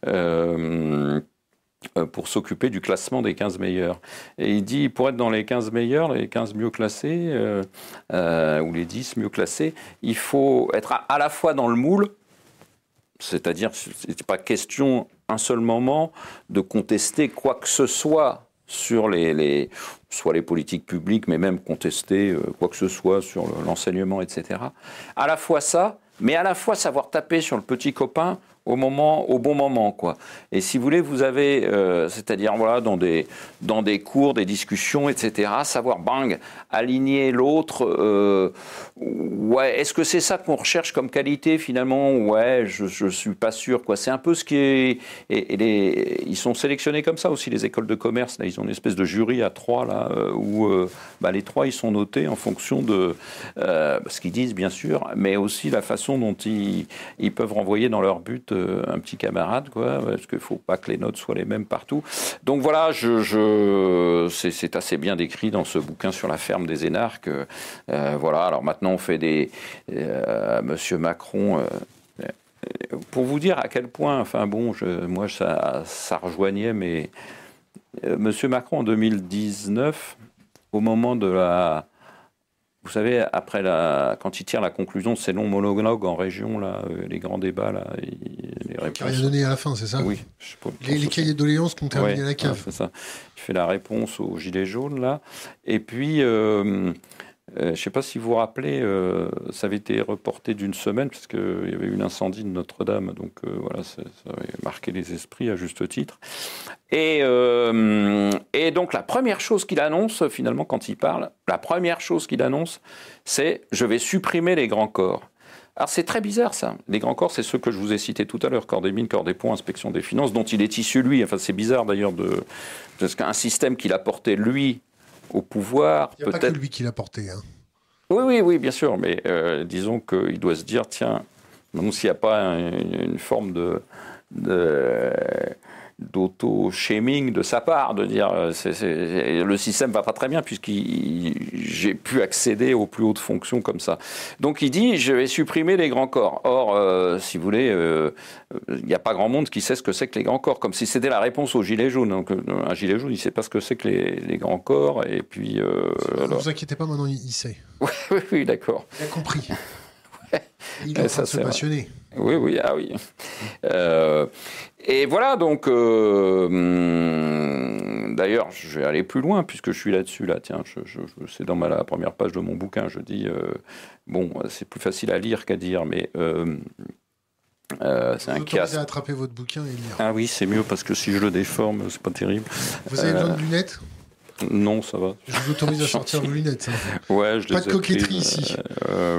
Speaker 2: euh, pour s'occuper du classement des quinze meilleurs. Et il dit, pour être dans les quinze meilleurs, les quinze mieux classés, euh, euh, ou les dix mieux classés, il faut être à, à la fois dans le moule, c'est-à-dire, c'est pas question, un seul moment, de contester quoi que ce soit sur les, les soit les politiques publiques, mais même contester euh, quoi que ce soit sur le, l'enseignement, et cetera. À la fois ça, mais à la fois savoir taper sur le petit copain au moment, au bon moment, quoi. Et si vous voulez, vous avez, euh, c'est-à-dire voilà, dans des dans des cours, des discussions, et cetera. Savoir bang, aligner l'autre. Euh, ouais, est-ce que c'est ça qu'on recherche comme qualité finalement? Ouais, je je suis pas sûr, quoi. C'est un peu ce qui est. Et, et les, ils sont sélectionnés comme ça aussi, les écoles de commerce. Là, ils ont une espèce de jury à trois là, euh, où euh, bah, les trois ils sont notés en fonction de euh, ce qu'ils disent, bien sûr, mais aussi la façon dont ils ils peuvent renvoyer dans leur but un petit camarade, quoi, parce qu'il ne faut pas que les notes soient les mêmes partout. Donc voilà, je, je, c'est, c'est assez bien décrit dans ce bouquin sur la ferme des énarques. Euh, voilà, alors maintenant on fait des... Euh, Monsieur Macron... Euh, pour vous dire à quel point, enfin bon, je, moi ça, ça rejoignait, mais euh, Monsieur Macron en deux mille dix-neuf, au moment de la... Vous savez, après la, quand il tire la conclusion de ces longs monologues en région, là, les grands débats, là, les réponses.
Speaker 1: Qui n'a rien donné à la fin, c'est ça?
Speaker 2: Oui. Je sais pas,
Speaker 1: les les cahiers de doléances qui ont terminé
Speaker 2: ouais,
Speaker 1: à la cave.
Speaker 2: Ouais, c'est ça. Il fait la réponse aux gilets jaunes, là. Et puis, euh, Euh, je ne sais pas si vous vous rappelez, euh, ça avait été reporté d'une semaine, parce qu'il y avait eu l'incendie de Notre-Dame, donc euh, voilà, ça, ça avait marqué les esprits à juste titre. Et, euh, et donc la première chose qu'il annonce, finalement, quand il parle, la première chose qu'il annonce, c'est « je vais supprimer les grands corps ». Alors c'est très bizarre ça. Les grands corps, c'est ceux que je vous ai cités tout à l'heure, corps des mines, corps des ponts, inspection des finances, dont il est issu lui. Enfin c'est bizarre d'ailleurs de parce qu'un système qu'il a porté lui au pouvoir.
Speaker 1: Il n'y a pas que lui qui l'a porté. Hein.
Speaker 2: Oui, oui, oui, bien sûr. Mais euh, disons qu'il doit se dire, tiens, même s'il n'y a pas une, une forme de, de d'auto-shaming de sa part, de dire c'est, c'est, le système va pas très bien puisque j'ai pu accéder aux plus hautes fonctions comme ça. Donc il dit je vais supprimer les grands corps. Or, euh, si vous voulez, il euh, n'y a pas grand monde qui sait ce que c'est que les grands corps, comme si c'était la réponse aux gilets jaunes. Donc, un gilet jaune, il ne sait pas ce que c'est que les, les grands corps. Et puis, euh,
Speaker 1: ne alors... vous inquiétez pas, maintenant il sait.
Speaker 2: Oui, oui, oui, d'accord.
Speaker 1: Il a compris. Il est en train de se passionner.
Speaker 2: Oui, oui, ah oui. Euh, et voilà, donc, euh, hum, d'ailleurs, je vais aller plus loin puisque je suis là-dessus, là, tiens, je, je, je, c'est dans ma, la première page de mon bouquin, je dis, euh, bon, c'est plus facile à lire qu'à dire, mais... Euh, Euh, c'est
Speaker 1: vous
Speaker 2: un
Speaker 1: autorisez à attraper votre bouquin et lire.
Speaker 2: Ah oui, c'est mieux parce que si je le déforme, c'est pas terrible.
Speaker 1: Vous avez euh... besoin de lunettes ?
Speaker 2: Non, ça va.
Speaker 1: Je vous autorise à sortir vos lunettes. Hein.
Speaker 2: Ouais, je
Speaker 1: pas de coquetterie prises, ici.
Speaker 2: Euh,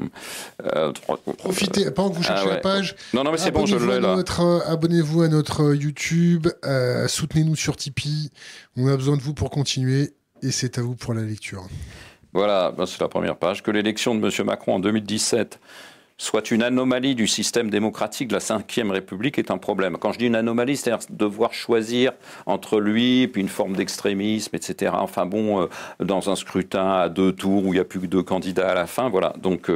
Speaker 2: euh,
Speaker 1: Profitez, pendant que vous cherchez ah ouais. la page.
Speaker 2: Non, non, mais c'est bon, je l'ai là.
Speaker 1: Notre, euh, abonnez-vous à notre YouTube, euh, soutenez-nous sur Tipeee. On a besoin de vous pour continuer et c'est à vous pour la lecture.
Speaker 2: Voilà, ben c'est la première page. Que l'élection de M. Macron en deux mille dix-sept soit une anomalie du système démocratique de la cinquième République est un problème. Quand je dis une anomalie, c'est-à-dire devoir choisir entre lui et puis une forme d'extrémisme, et cetera. Enfin bon, euh, dans un scrutin à deux tours où il n'y a plus que deux candidats à la fin, voilà. Donc,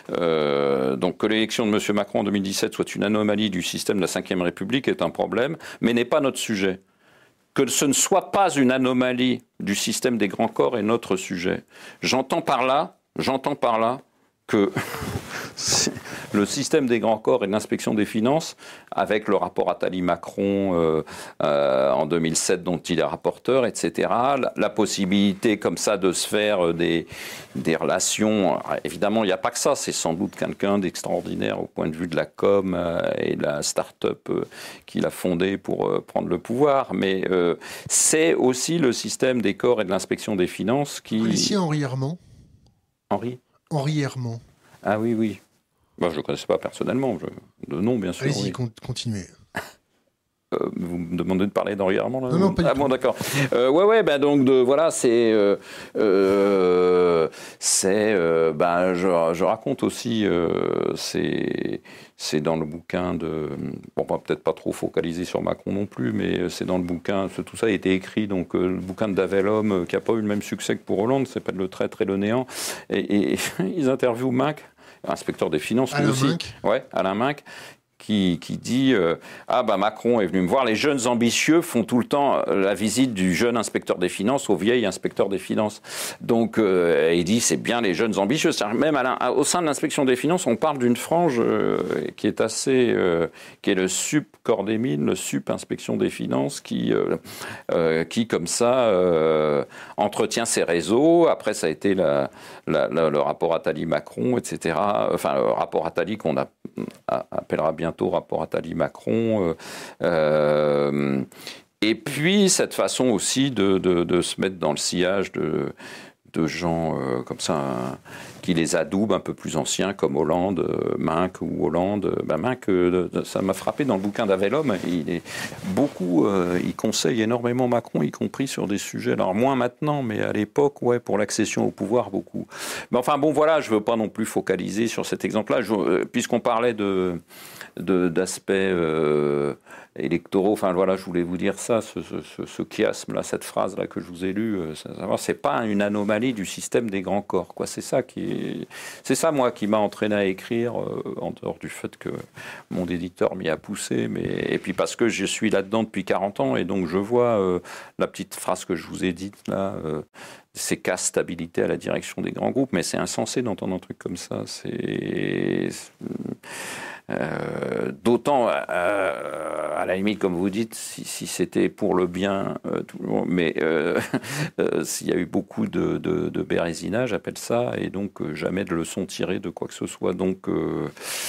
Speaker 2: euh, donc que l'élection de M. Macron en deux mille dix-sept soit une anomalie du système de la cinquième République est un problème, mais n'est pas notre sujet. Que ce ne soit pas une anomalie du système des grands corps est notre sujet. J'entends par là, j'entends par là que le système des grands corps et de l'inspection des finances, avec le rapport Attali-Macron euh, euh, en deux mille sept dont il est rapporteur, et cetera, la, la possibilité comme ça de se faire des, des relations, alors, évidemment il n'y a pas que ça, c'est sans doute quelqu'un d'extraordinaire au point de vue de la com euh, et de la start-up euh, qu'il a fondée pour euh, prendre le pouvoir, mais euh, c'est aussi le système des corps et de l'inspection des finances qui...
Speaker 1: Ici Henri Herman.
Speaker 2: Henri
Speaker 1: Henri Herman.
Speaker 2: Ah oui, oui. Bah, je ne le connaissais pas personnellement, je... de nom bien sûr.
Speaker 1: Allez-y,
Speaker 2: oui.
Speaker 1: continuez.
Speaker 2: Euh, vous me demandez de parler d'Henri Herman là ?
Speaker 1: Non, non, pas du
Speaker 2: ah
Speaker 1: tout.
Speaker 2: bon, d'accord. Euh, ouais, ouais, ben donc de, voilà, c'est, euh, euh, c'est, euh, ben je, je raconte aussi, euh, c'est, c'est dans le bouquin de, bon, on va peut-être pas trop focaliser sur Macron non plus, mais c'est dans le bouquin, tout ça a été écrit, donc euh, le bouquin de Davellhomme euh, qui a pas eu le même succès que pour Hollande, c'est pas Le Traître et le Néant, et, et ils interviewent Minc, inspecteur des finances lui aussi,
Speaker 1: Minc.
Speaker 2: ouais, Alain Minc. Qui, qui dit euh, ah bah Macron est venu me voir, les jeunes ambitieux font tout le temps euh, la visite du jeune inspecteur des finances au vieil inspecteur des finances. Donc euh, il dit c'est bien les jeunes ambitieux. C'est-à-dire, même à la, au sein de l'inspection des finances, on parle d'une frange euh, qui est assez, euh, qui est le sup corps des mines, le sup inspection des finances, qui, euh, euh, qui comme ça euh, entretient ses réseaux. Après ça a été la, la, la, le rapport Attali-Macron, et cetera. Enfin le rapport Attali qu'on a, a, appellera bientôt rapport Attali-Macron. Euh, euh, et puis, cette façon aussi de, de, de se mettre dans le sillage de, de gens euh, comme ça, hein, qui les adoubent un peu plus anciens, comme Hollande, euh, Minc ou Hollande. Ben, Minc, euh, ça m'a frappé dans le bouquin d'Avellhomme. Il est beaucoup, euh, il conseille énormément Macron, y compris sur des sujets, alors moins maintenant, mais à l'époque, ouais, pour l'accession au pouvoir, beaucoup. Mais enfin, bon, voilà, je ne veux pas non plus focaliser sur cet exemple-là, je, euh, puisqu'on parlait de... De, d'aspects euh, électoraux. Enfin, voilà, je voulais vous dire ça, ce, ce, ce chiasme-là, cette phrase-là que je vous ai lue, euh, c'est pas une anomalie du système des grands corps, quoi. C'est ça qui est... c'est ça, moi, qui m'a entraîné à écrire, euh, en dehors du fait que mon éditeur m'y a poussé, mais... et puis parce que je suis là-dedans depuis quarante ans, et donc je vois euh, la petite phrase que je vous ai dite, là... Euh, c'est casse stabilité à la direction des grands groupes, mais c'est insensé d'entendre un truc comme ça. C'est... Euh, d'autant, euh, à la limite, comme vous dites, si, si c'était pour le bien, euh, tout le monde, mais euh, euh, s'il y a eu beaucoup de, de, de bérésinage, j'appelle ça, et donc euh, jamais de leçons tirées de quoi que ce soit. Donc euh,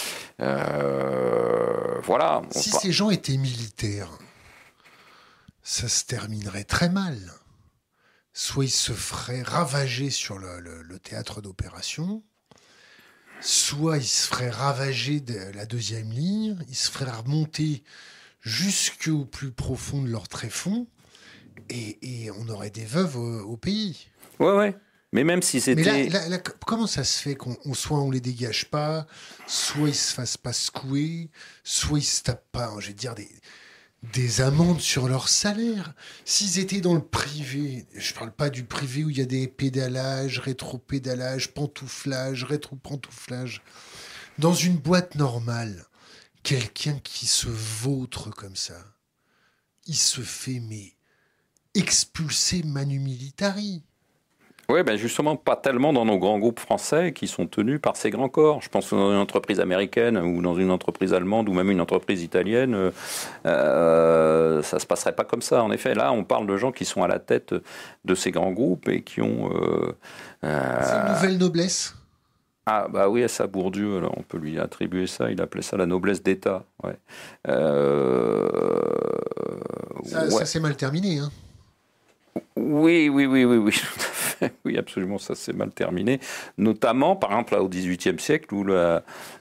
Speaker 2: euh, voilà.
Speaker 1: Si
Speaker 2: On...
Speaker 1: ces gens étaient militaires, ça se terminerait très mal. Soit ils se feraient ravager sur le, le, le théâtre d'opération, soit ils se feraient ravager de la deuxième ligne, ils se feraient remonter jusqu'au plus profond de leur tréfonds, et, et on aurait des veuves au, au pays.
Speaker 2: Ouais, ouais. Mais même si c'était...
Speaker 1: Mais là, là, là, comment ça se fait qu'on on, soit on les dégage pas, soit ils se fassent pas secouer, soit ils se tapent pas, je vais dire, des... des amendes sur leur salaire. S'ils étaient dans le privé, je parle pas du privé où il y a des pédalages, rétro-pédalage, pantouflage, rétro-pantouflage. Dans une boîte normale, quelqu'un qui se vautre comme ça, il se fait mais expulser manu militari.
Speaker 2: Oui, ben justement, pas tellement dans nos grands groupes français qui sont tenus par ces grands corps. Je pense que dans une entreprise américaine ou dans une entreprise allemande ou même une entreprise italienne, euh, ça se passerait pas comme ça. En effet, là, on parle de gens qui sont à la tête de ces grands groupes et qui ont... Euh,
Speaker 1: euh... C'est une nouvelle noblesse.
Speaker 2: Ah bah oui, à ça Bourdieu, alors on peut lui attribuer ça, il appelait ça la noblesse d'État. Ouais. Euh...
Speaker 1: Ça,
Speaker 2: ouais.
Speaker 1: ça s'est mal terminé, hein.
Speaker 2: Oui, oui, oui, oui, oui, tout à fait. Oui, absolument, ça s'est mal terminé. Notamment, par exemple, là, au dix-huitième siècle, où la,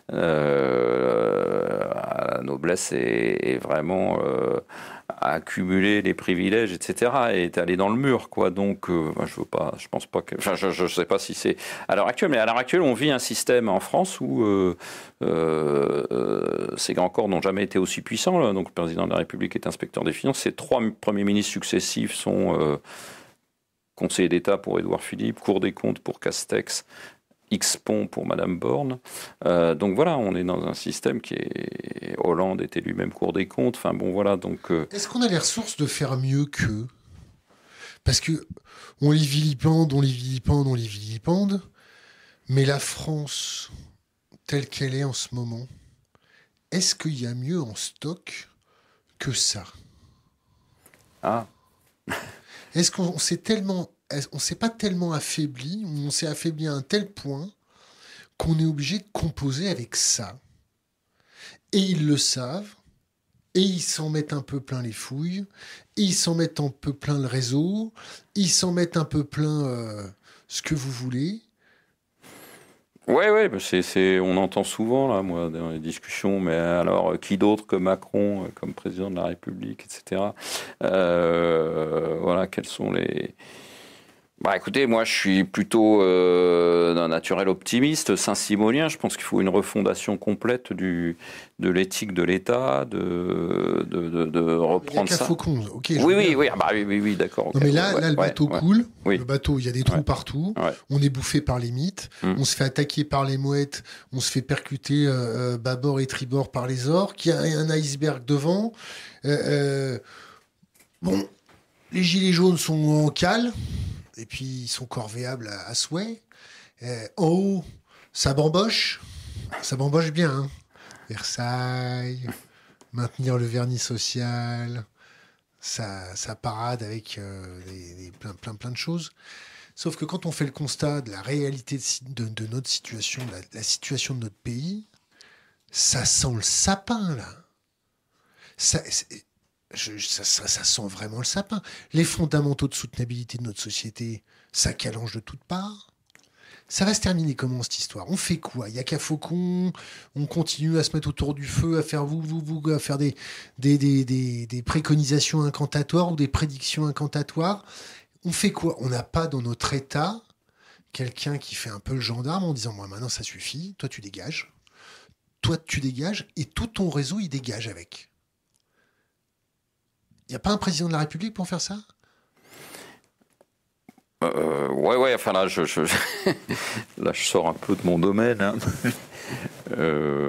Speaker 2: euh, la noblesse est, est vraiment euh, accumulé les privilèges, et cetera, et est allée dans le mur, quoi. Donc, euh, je veux pas, je pense pas que, enfin, je, je sais pas si c'est à l'heure actuelle, mais à l'heure actuelle, on vit un système en France où euh, euh, ces grands corps n'ont jamais été aussi puissants. Là. Donc, le président de la République est inspecteur des finances. Ces trois premiers ministres successifs sont euh, conseiller d'État pour Édouard Philippe, Cour des comptes pour Castex, X-Pont pour Madame Borne. Euh, donc voilà, on est dans un système qui est... Hollande était lui-même Cour des comptes. Enfin bon, voilà, donc... Euh...
Speaker 1: Est-ce qu'on a les ressources de faire mieux qu'eux ? Parce que on les vilipende, on les vilipende, on les vilipende, mais la France, telle qu'elle est en ce moment, est-ce qu'il y a mieux en stock que ça ?
Speaker 2: Ah.
Speaker 1: Est-ce qu'on s'est tellement, on s'est pas tellement affaibli, on s'est affaibli à un tel point qu'on est obligé de composer avec ça. Et ils le savent, et ils s'en mettent un peu plein les fouilles, et ils s'en mettent un peu plein le réseau, ils s'en mettent un peu plein euh, ce que vous voulez.
Speaker 2: Ouais, ouais, c'est, c'est, on entend souvent, là, moi, dans les discussions, mais alors, qui d'autre que Macron, comme président de la République, et cetera. Euh, voilà, quels sont les... Bah écoutez, moi je suis plutôt euh, d'un naturel optimiste, saint-simonien. Je pense qu'il faut une refondation complète du, de l'éthique de l'État, de, de, de, de reprendre ça.
Speaker 1: Faucon, ok.
Speaker 2: Oui, oui, oui, ah bah, oui, oui, oui, d'accord.
Speaker 1: Okay. Non mais là, ouais, là le bateau
Speaker 2: ouais,
Speaker 1: coule.
Speaker 2: Ouais.
Speaker 1: Le bateau, il y a des trous
Speaker 2: ouais.
Speaker 1: partout.
Speaker 2: Ouais.
Speaker 1: On est bouffé par les mythes. Hum. On se fait attaquer par les mouettes. On se fait percuter euh, bâbord et tribord par les orques. Il y a un iceberg devant. Euh, euh, bon, les gilets jaunes sont en cale. Et puis, ils sont corvéables à, à souhait. Euh, en haut, ça bamboche. Ça bamboche bien. Hein. Versailles, maintenir le vernis social, ça, ça parade avec euh, des, des, plein, plein, plein de choses. Sauf que quand on fait le constat de la réalité de, de, de notre situation, de la, la situation de notre pays, ça sent le sapin, là. Ça... Je, ça, ça, ça sent vraiment le sapin. Les fondamentaux de soutenabilité de notre société, ça calange de toutes parts. Ça va se terminer comment cette histoire ? On fait quoi ? Il n'y a qu'à Faucon, on continue à se mettre autour du feu, à faire vous, vous, vous, à faire des, des, des, des, des préconisations incantatoires ou des prédictions incantatoires. On fait quoi ? On n'a pas dans notre État quelqu'un qui fait un peu le gendarme en disant « Moi, maintenant, ça suffit, toi, tu dégages. Toi, tu dégages, et tout ton réseau, il dégage avec. » Il n'y a pas un président de la République pour faire ça ?
Speaker 2: euh, Ouais, ouais, enfin là je, je, là, je sors un peu de mon domaine. Hein. euh,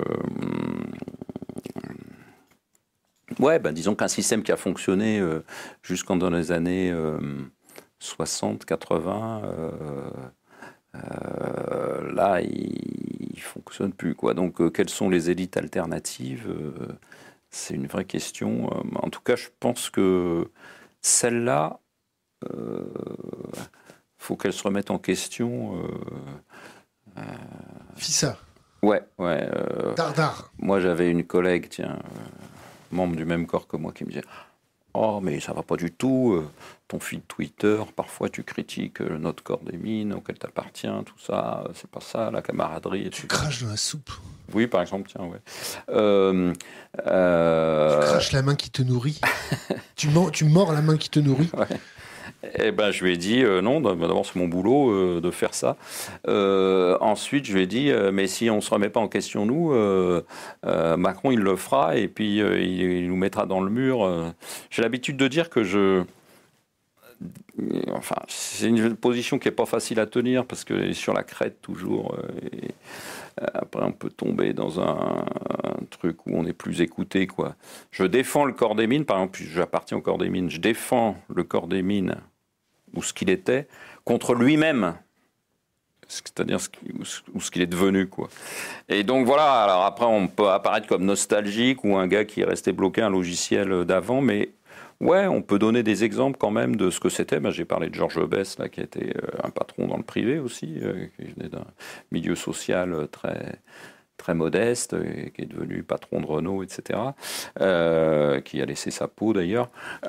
Speaker 2: ouais, ben, disons qu'un système qui a fonctionné euh, jusqu'en dans les années euh, soixante, quatre-vingts, euh, euh, là, il ne fonctionne plus. Quoi. Donc, euh, quelles sont les élites alternatives ? euh, c'est une vraie question. En tout cas, je pense que celle-là, il euh, faut qu'elle se remette en question. Euh, euh,
Speaker 1: Fissa.
Speaker 2: Ouais, ouais. Euh,
Speaker 1: Dardar.
Speaker 2: Moi, j'avais une collègue, tiens, euh, membre du même corps que moi, qui me disait « Oh, mais ça va pas du tout, euh, ton feed Twitter, parfois tu critiques euh, notre corps des mines auquel t'appartiens, tout ça, c'est pas ça, la camaraderie. »
Speaker 1: Tu craches dans la soupe.
Speaker 2: Oui, par exemple, tiens, ouais. Euh, euh...
Speaker 1: Tu craches la main qui te nourrit. tu, mords, tu mords la main qui te nourrit.
Speaker 2: Ouais. Eh ben, je lui ai dit euh, non, d'abord c'est mon boulot euh, de faire ça. Euh, ensuite, je lui ai dit, euh, mais si on ne se remet pas en question, nous, euh, euh, Macron, il le fera et puis euh, il, il nous mettra dans le mur. Euh. J'ai l'habitude de dire que je... Enfin, c'est une position qui n'est pas facile à tenir parce qu'elle est sur la crête toujours. Euh, et après, on peut tomber dans un, un truc où on est plus écouté, quoi. Je défends le corps des mines, par exemple, j'appartiens au corps des mines, je défends le corps des mines ou ce qu'il était, contre lui-même, c'est-à-dire ce qu'il, ou ce qu'il est devenu, quoi. Et donc voilà, alors après on peut apparaître comme nostalgique ou un gars qui est resté bloqué à un logiciel d'avant, mais ouais, on peut donner des exemples quand même de ce que c'était. Ben, j'ai parlé de Georges Besse, là, qui était un patron dans le privé aussi, euh, qui venait d'un milieu social très... très modeste, et qui est devenu patron de Renault, et cetera, euh, qui a laissé sa peau d'ailleurs.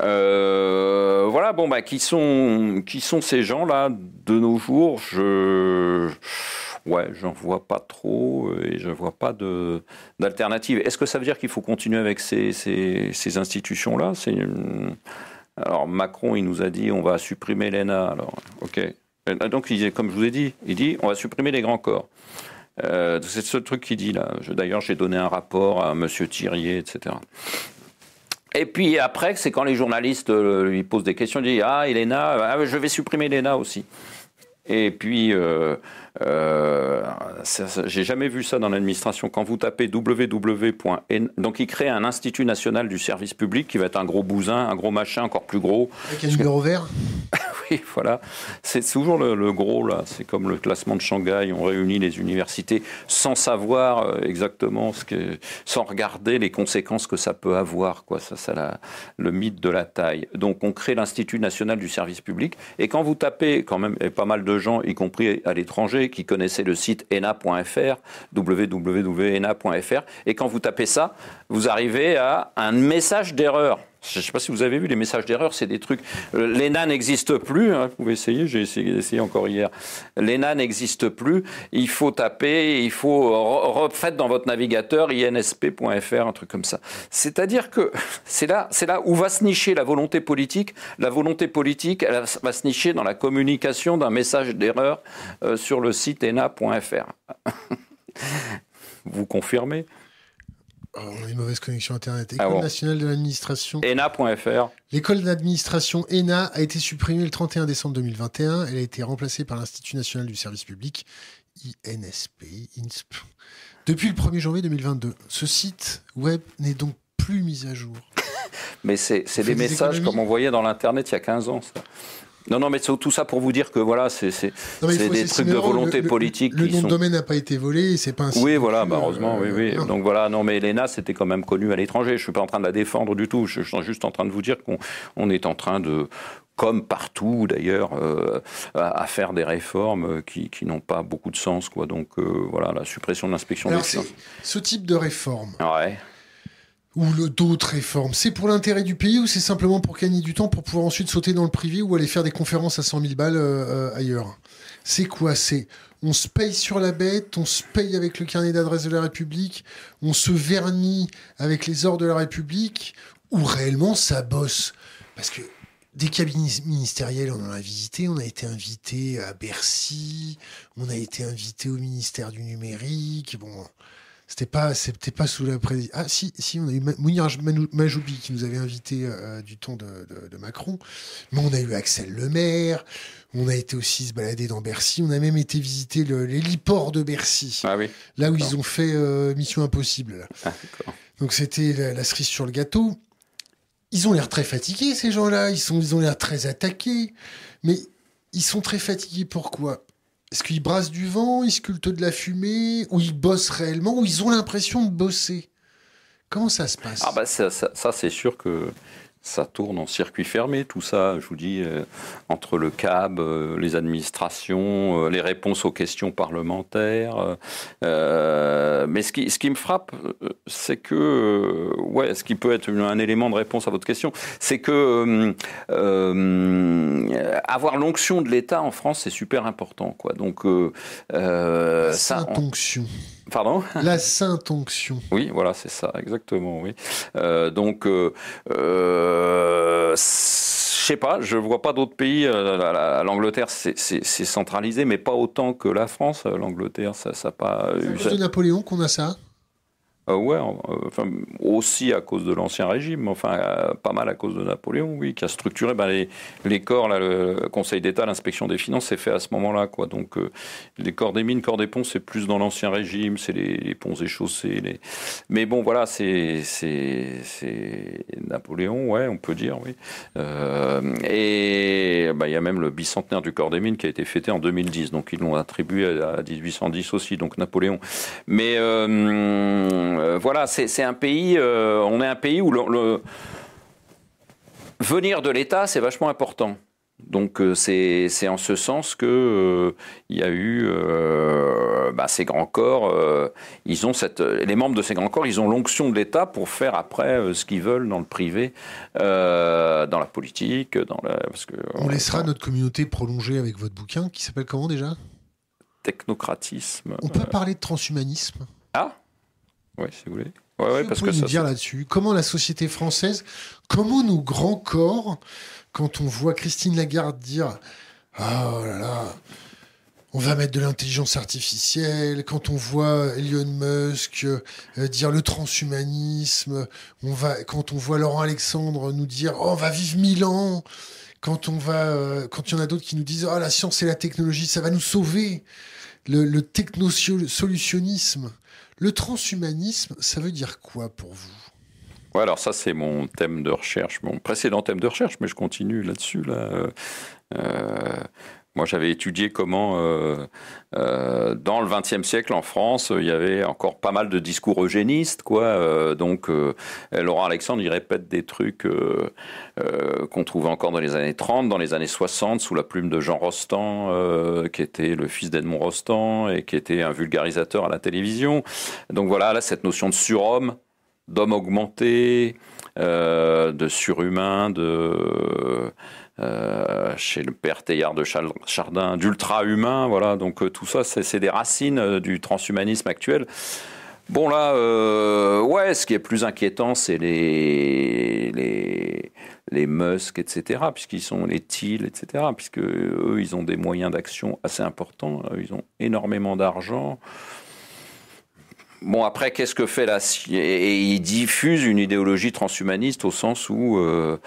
Speaker 2: Euh, voilà, bon, bah, qui sont, qui sont ces gens-là de nos jours? Je, ouais, j'en vois pas trop et je vois pas de, d'alternative. Est-ce que ça veut dire qu'il faut continuer avec ces, ces, ces institutions-là? C'est une... Alors Macron, il nous a dit on va supprimer l'E N A. Alors, ok. Donc, il, comme je vous ai dit, il dit on va supprimer les grands corps. Euh, c'est ce truc qu'il dit là. Je, d'ailleurs, j'ai donné un rapport à Monsieur Thirier, et cetera. Et puis après, c'est quand les journalistes euh, lui posent des questions, il dit ah, l'E N A, ah, je vais supprimer l'E N A aussi. Et puis, euh, euh, ça, ça, j'ai jamais vu ça dans l'administration. Quand vous tapez w w w point n, donc il crée un Institut national du service public qui va être un gros bousin, un gros machin, encore plus gros.
Speaker 1: Avec un numéro
Speaker 2: que...
Speaker 1: vert.
Speaker 2: Oui, voilà. C'est toujours le, le gros, là. C'est comme le classement de Shanghai. On réunit les universités sans savoir exactement ce que... sans regarder les conséquences que ça peut avoir, quoi. Ça, c'est la, le mythe de la taille. Donc, on crée l'Institut national du service public. Et quand vous tapez, quand même, il y a pas mal de gens, y compris à l'étranger, qui connaissaient le site e n a point f r, w w w point e n a point f r, et quand vous tapez ça, vous arrivez à un message d'erreur. Je ne sais pas si vous avez vu les messages d'erreur, c'est des trucs. L'E N A n'existe plus, hein, vous pouvez essayer, j'ai essayé, essayé encore hier. L'E N A n'existe plus, il faut taper, il faut refaites dans votre navigateur i n s p point f r, un truc comme ça. C'est-à-dire que c'est là, c'est là où va se nicher la volonté politique. La volonté politique, elle va se nicher dans la communication d'un message d'erreur euh, sur le site e n a point f r. Vous confirmez ?
Speaker 1: On a une mauvaise connexion Internet. École
Speaker 2: ah bon.
Speaker 1: nationale de l'administration.
Speaker 2: e n a point f r.
Speaker 1: L'école d'administration E N A a été supprimée le trente et un décembre deux mille vingt et un. Elle a été remplacée par l'Institut national du service public, I N S P, I N S P, depuis le premier janvier deux mille vingt-deux. Ce site web n'est donc plus mis à jour.
Speaker 2: Mais c'est, c'est des, des messages
Speaker 1: économies.
Speaker 2: comme on voyait dans l'Internet il y a quinze ans, ça. Non, non, mais c'est tout ça pour vous dire que voilà, c'est, c'est, non, c'est des trucs de volonté
Speaker 1: le,
Speaker 2: politique.
Speaker 1: Le, le
Speaker 2: qui
Speaker 1: nom
Speaker 2: sont...
Speaker 1: de domaine n'a pas été volé, c'est pas un site.
Speaker 2: Oui, voilà, bah,
Speaker 1: euh,
Speaker 2: heureusement, euh, oui, oui. Non. Donc voilà, non, mais l'E N A, c'était quand même connu à l'étranger. Je ne suis pas en train de la défendre du tout. Je suis juste en train de vous dire qu'on on est en train de, comme partout d'ailleurs, euh, à, à faire des réformes qui, qui n'ont pas beaucoup de sens, quoi. Donc euh, voilà, la suppression de l'inspection
Speaker 1: Alors,
Speaker 2: des finances.
Speaker 1: Ce type de réforme.
Speaker 2: Ouais.
Speaker 1: Ou le, d'autres réformes, c'est pour l'intérêt du pays ou c'est simplement pour gagner du temps pour pouvoir ensuite sauter dans le privé ou aller faire des conférences à cent mille balles euh, ailleurs? C'est quoi? C'est on se paye sur la bête, on se paye avec le carnet d'adresse de la République, on se vernit avec les ordres de la République, ou réellement ça bosse? Parce que des cabinets ministériels, on en a visité, on a été invité à Bercy, on a été invité au ministère du numérique, bon... C'était pas, c'était pas sous la présidence. Ah, si, si, on a eu Mounir Majoubi qui nous avait invités euh, du temps de, de, de Macron. Mais on a eu Axel Lemaire. On a été aussi se balader dans Bercy. On a même été visiter le, l'héliport de Bercy.
Speaker 2: Ah oui.
Speaker 1: Là où d'accord. Ils ont fait euh, Mission Impossible. Là.
Speaker 2: Ah, d'accord. Donc
Speaker 1: c'était la, la cerise sur le gâteau. Ils ont l'air très fatigués, ces gens-là. Ils, sont, ils ont l'air très attaqués. Mais ils sont très fatigués pourquoi? Est-ce qu'ils brassent du vent, ils sculptent de la fumée, ou ils bossent réellement, ou ils ont l'impression de bosser? Comment ça se passe?
Speaker 2: Ah bah ça, ça, ça c'est sûr que ça tourne en circuit fermé, tout ça, je vous dis, euh, entre le C A B, euh, les administrations, euh, les réponses aux questions parlementaires. Euh, mais ce qui, ce qui me frappe, c'est que, euh, ouais, ce qui peut être un élément de réponse à votre question, c'est que euh, euh, avoir l'onction de l'État en France, c'est super important, quoi. Donc, euh, euh,
Speaker 1: La
Speaker 2: ça,
Speaker 1: sainte onction.
Speaker 2: Pardon ?
Speaker 1: La sainte onction.
Speaker 2: Oui, voilà, c'est ça, exactement, oui. Euh, donc, euh, euh, je sais pas, je vois pas d'autres pays. Euh, L'Angleterre, c'est centralisé, mais pas autant que la France. L'Angleterre, ça n'a pas
Speaker 1: C'est à
Speaker 2: eu.
Speaker 1: cause de Napoléon qu'on a ça?
Speaker 2: Euh, ouais, euh, enfin, aussi à cause de l'Ancien Régime, enfin euh, pas mal à cause de Napoléon, oui, qui a structuré ben, les, les corps, là, le Conseil d'État, l'inspection des finances, c'est fait à ce moment-là, quoi. Donc euh, les corps des mines, corps des ponts, c'est plus dans l'Ancien Régime, c'est les, les ponts et chaussées. Les... Mais bon, voilà, c'est Napoléon, ouais, on peut dire, oui. Euh, et ben, il y a même le bicentenaire du corps des mines qui a été fêté en deux mille dix, donc ils l'ont attribué à, à mille huit cent dix aussi, donc Napoléon. Mais euh, Euh, voilà, c'est un pays, euh, on est un pays où le, le venir de l'État, c'est vachement important. Donc euh, c'est en ce sens que euh, il y a eu euh, bah, ces grands corps, euh, ils ont cette, les membres de ces grands corps, ils ont l'onction de l'État pour faire après euh, ce qu'ils veulent dans le privé, euh, dans la politique, dans la, parce que
Speaker 1: on, on laissera notre communauté prolonger avec votre bouquin qui s'appelle comment déjà?
Speaker 2: Technocratisme.
Speaker 1: On peut euh... parler de transhumanisme?
Speaker 2: Ah. Oui, si vous voulez. Ouais, ouais, parce
Speaker 1: que nous
Speaker 2: ça,
Speaker 1: dire là-dessus, comment la société française, comment nos grands corps, quand on voit Christine Lagarde dire « Oh là là, on va mettre de l'intelligence artificielle », quand on voit Elon Musk euh, dire le transhumanisme, on va, quand on voit Laurent Alexandre nous dire « Oh, on va vivre mille ans », quand on va, euh, quand il y en a d'autres qui nous disent « Oh, la science et la technologie, ça va nous sauver », le, le technosolutionnisme. Le transhumanisme, ça veut dire quoi pour vous?
Speaker 2: Ouais, alors ça, c'est mon thème de recherche, mon précédent thème de recherche, mais je continue là-dessus. Là. Euh, moi, j'avais étudié comment, euh, euh, dans le vingtième siècle, en France, il y avait encore pas mal de discours eugénistes, quoi. Euh, donc, euh, Laurent Alexandre, il répète des trucs euh, euh, qu'on trouvait encore dans les années trente, dans les années soixante, sous la plume de Jean Rostand, euh, qui était le fils d'Edmond Rostand et qui était un vulgarisateur à la télévision. Donc voilà, là, cette notion de surhomme, d'homme augmenté, euh, de surhumain, de... Euh, chez le père Teilhard de Chardin, d'ultra-humain, voilà, donc euh, tout ça, c'est des racines euh, du transhumanisme actuel. Bon là, euh, ouais, ce qui est plus inquiétant, c'est les, les les Musk, et cetera, puisqu'ils sont les Thiel, et cetera, puisque eux, ils ont des moyens d'action assez importants, ils ont énormément d'argent. Bon, après, qu'est-ce que fait la... Et ils diffusent une idéologie transhumaniste au sens où, euh,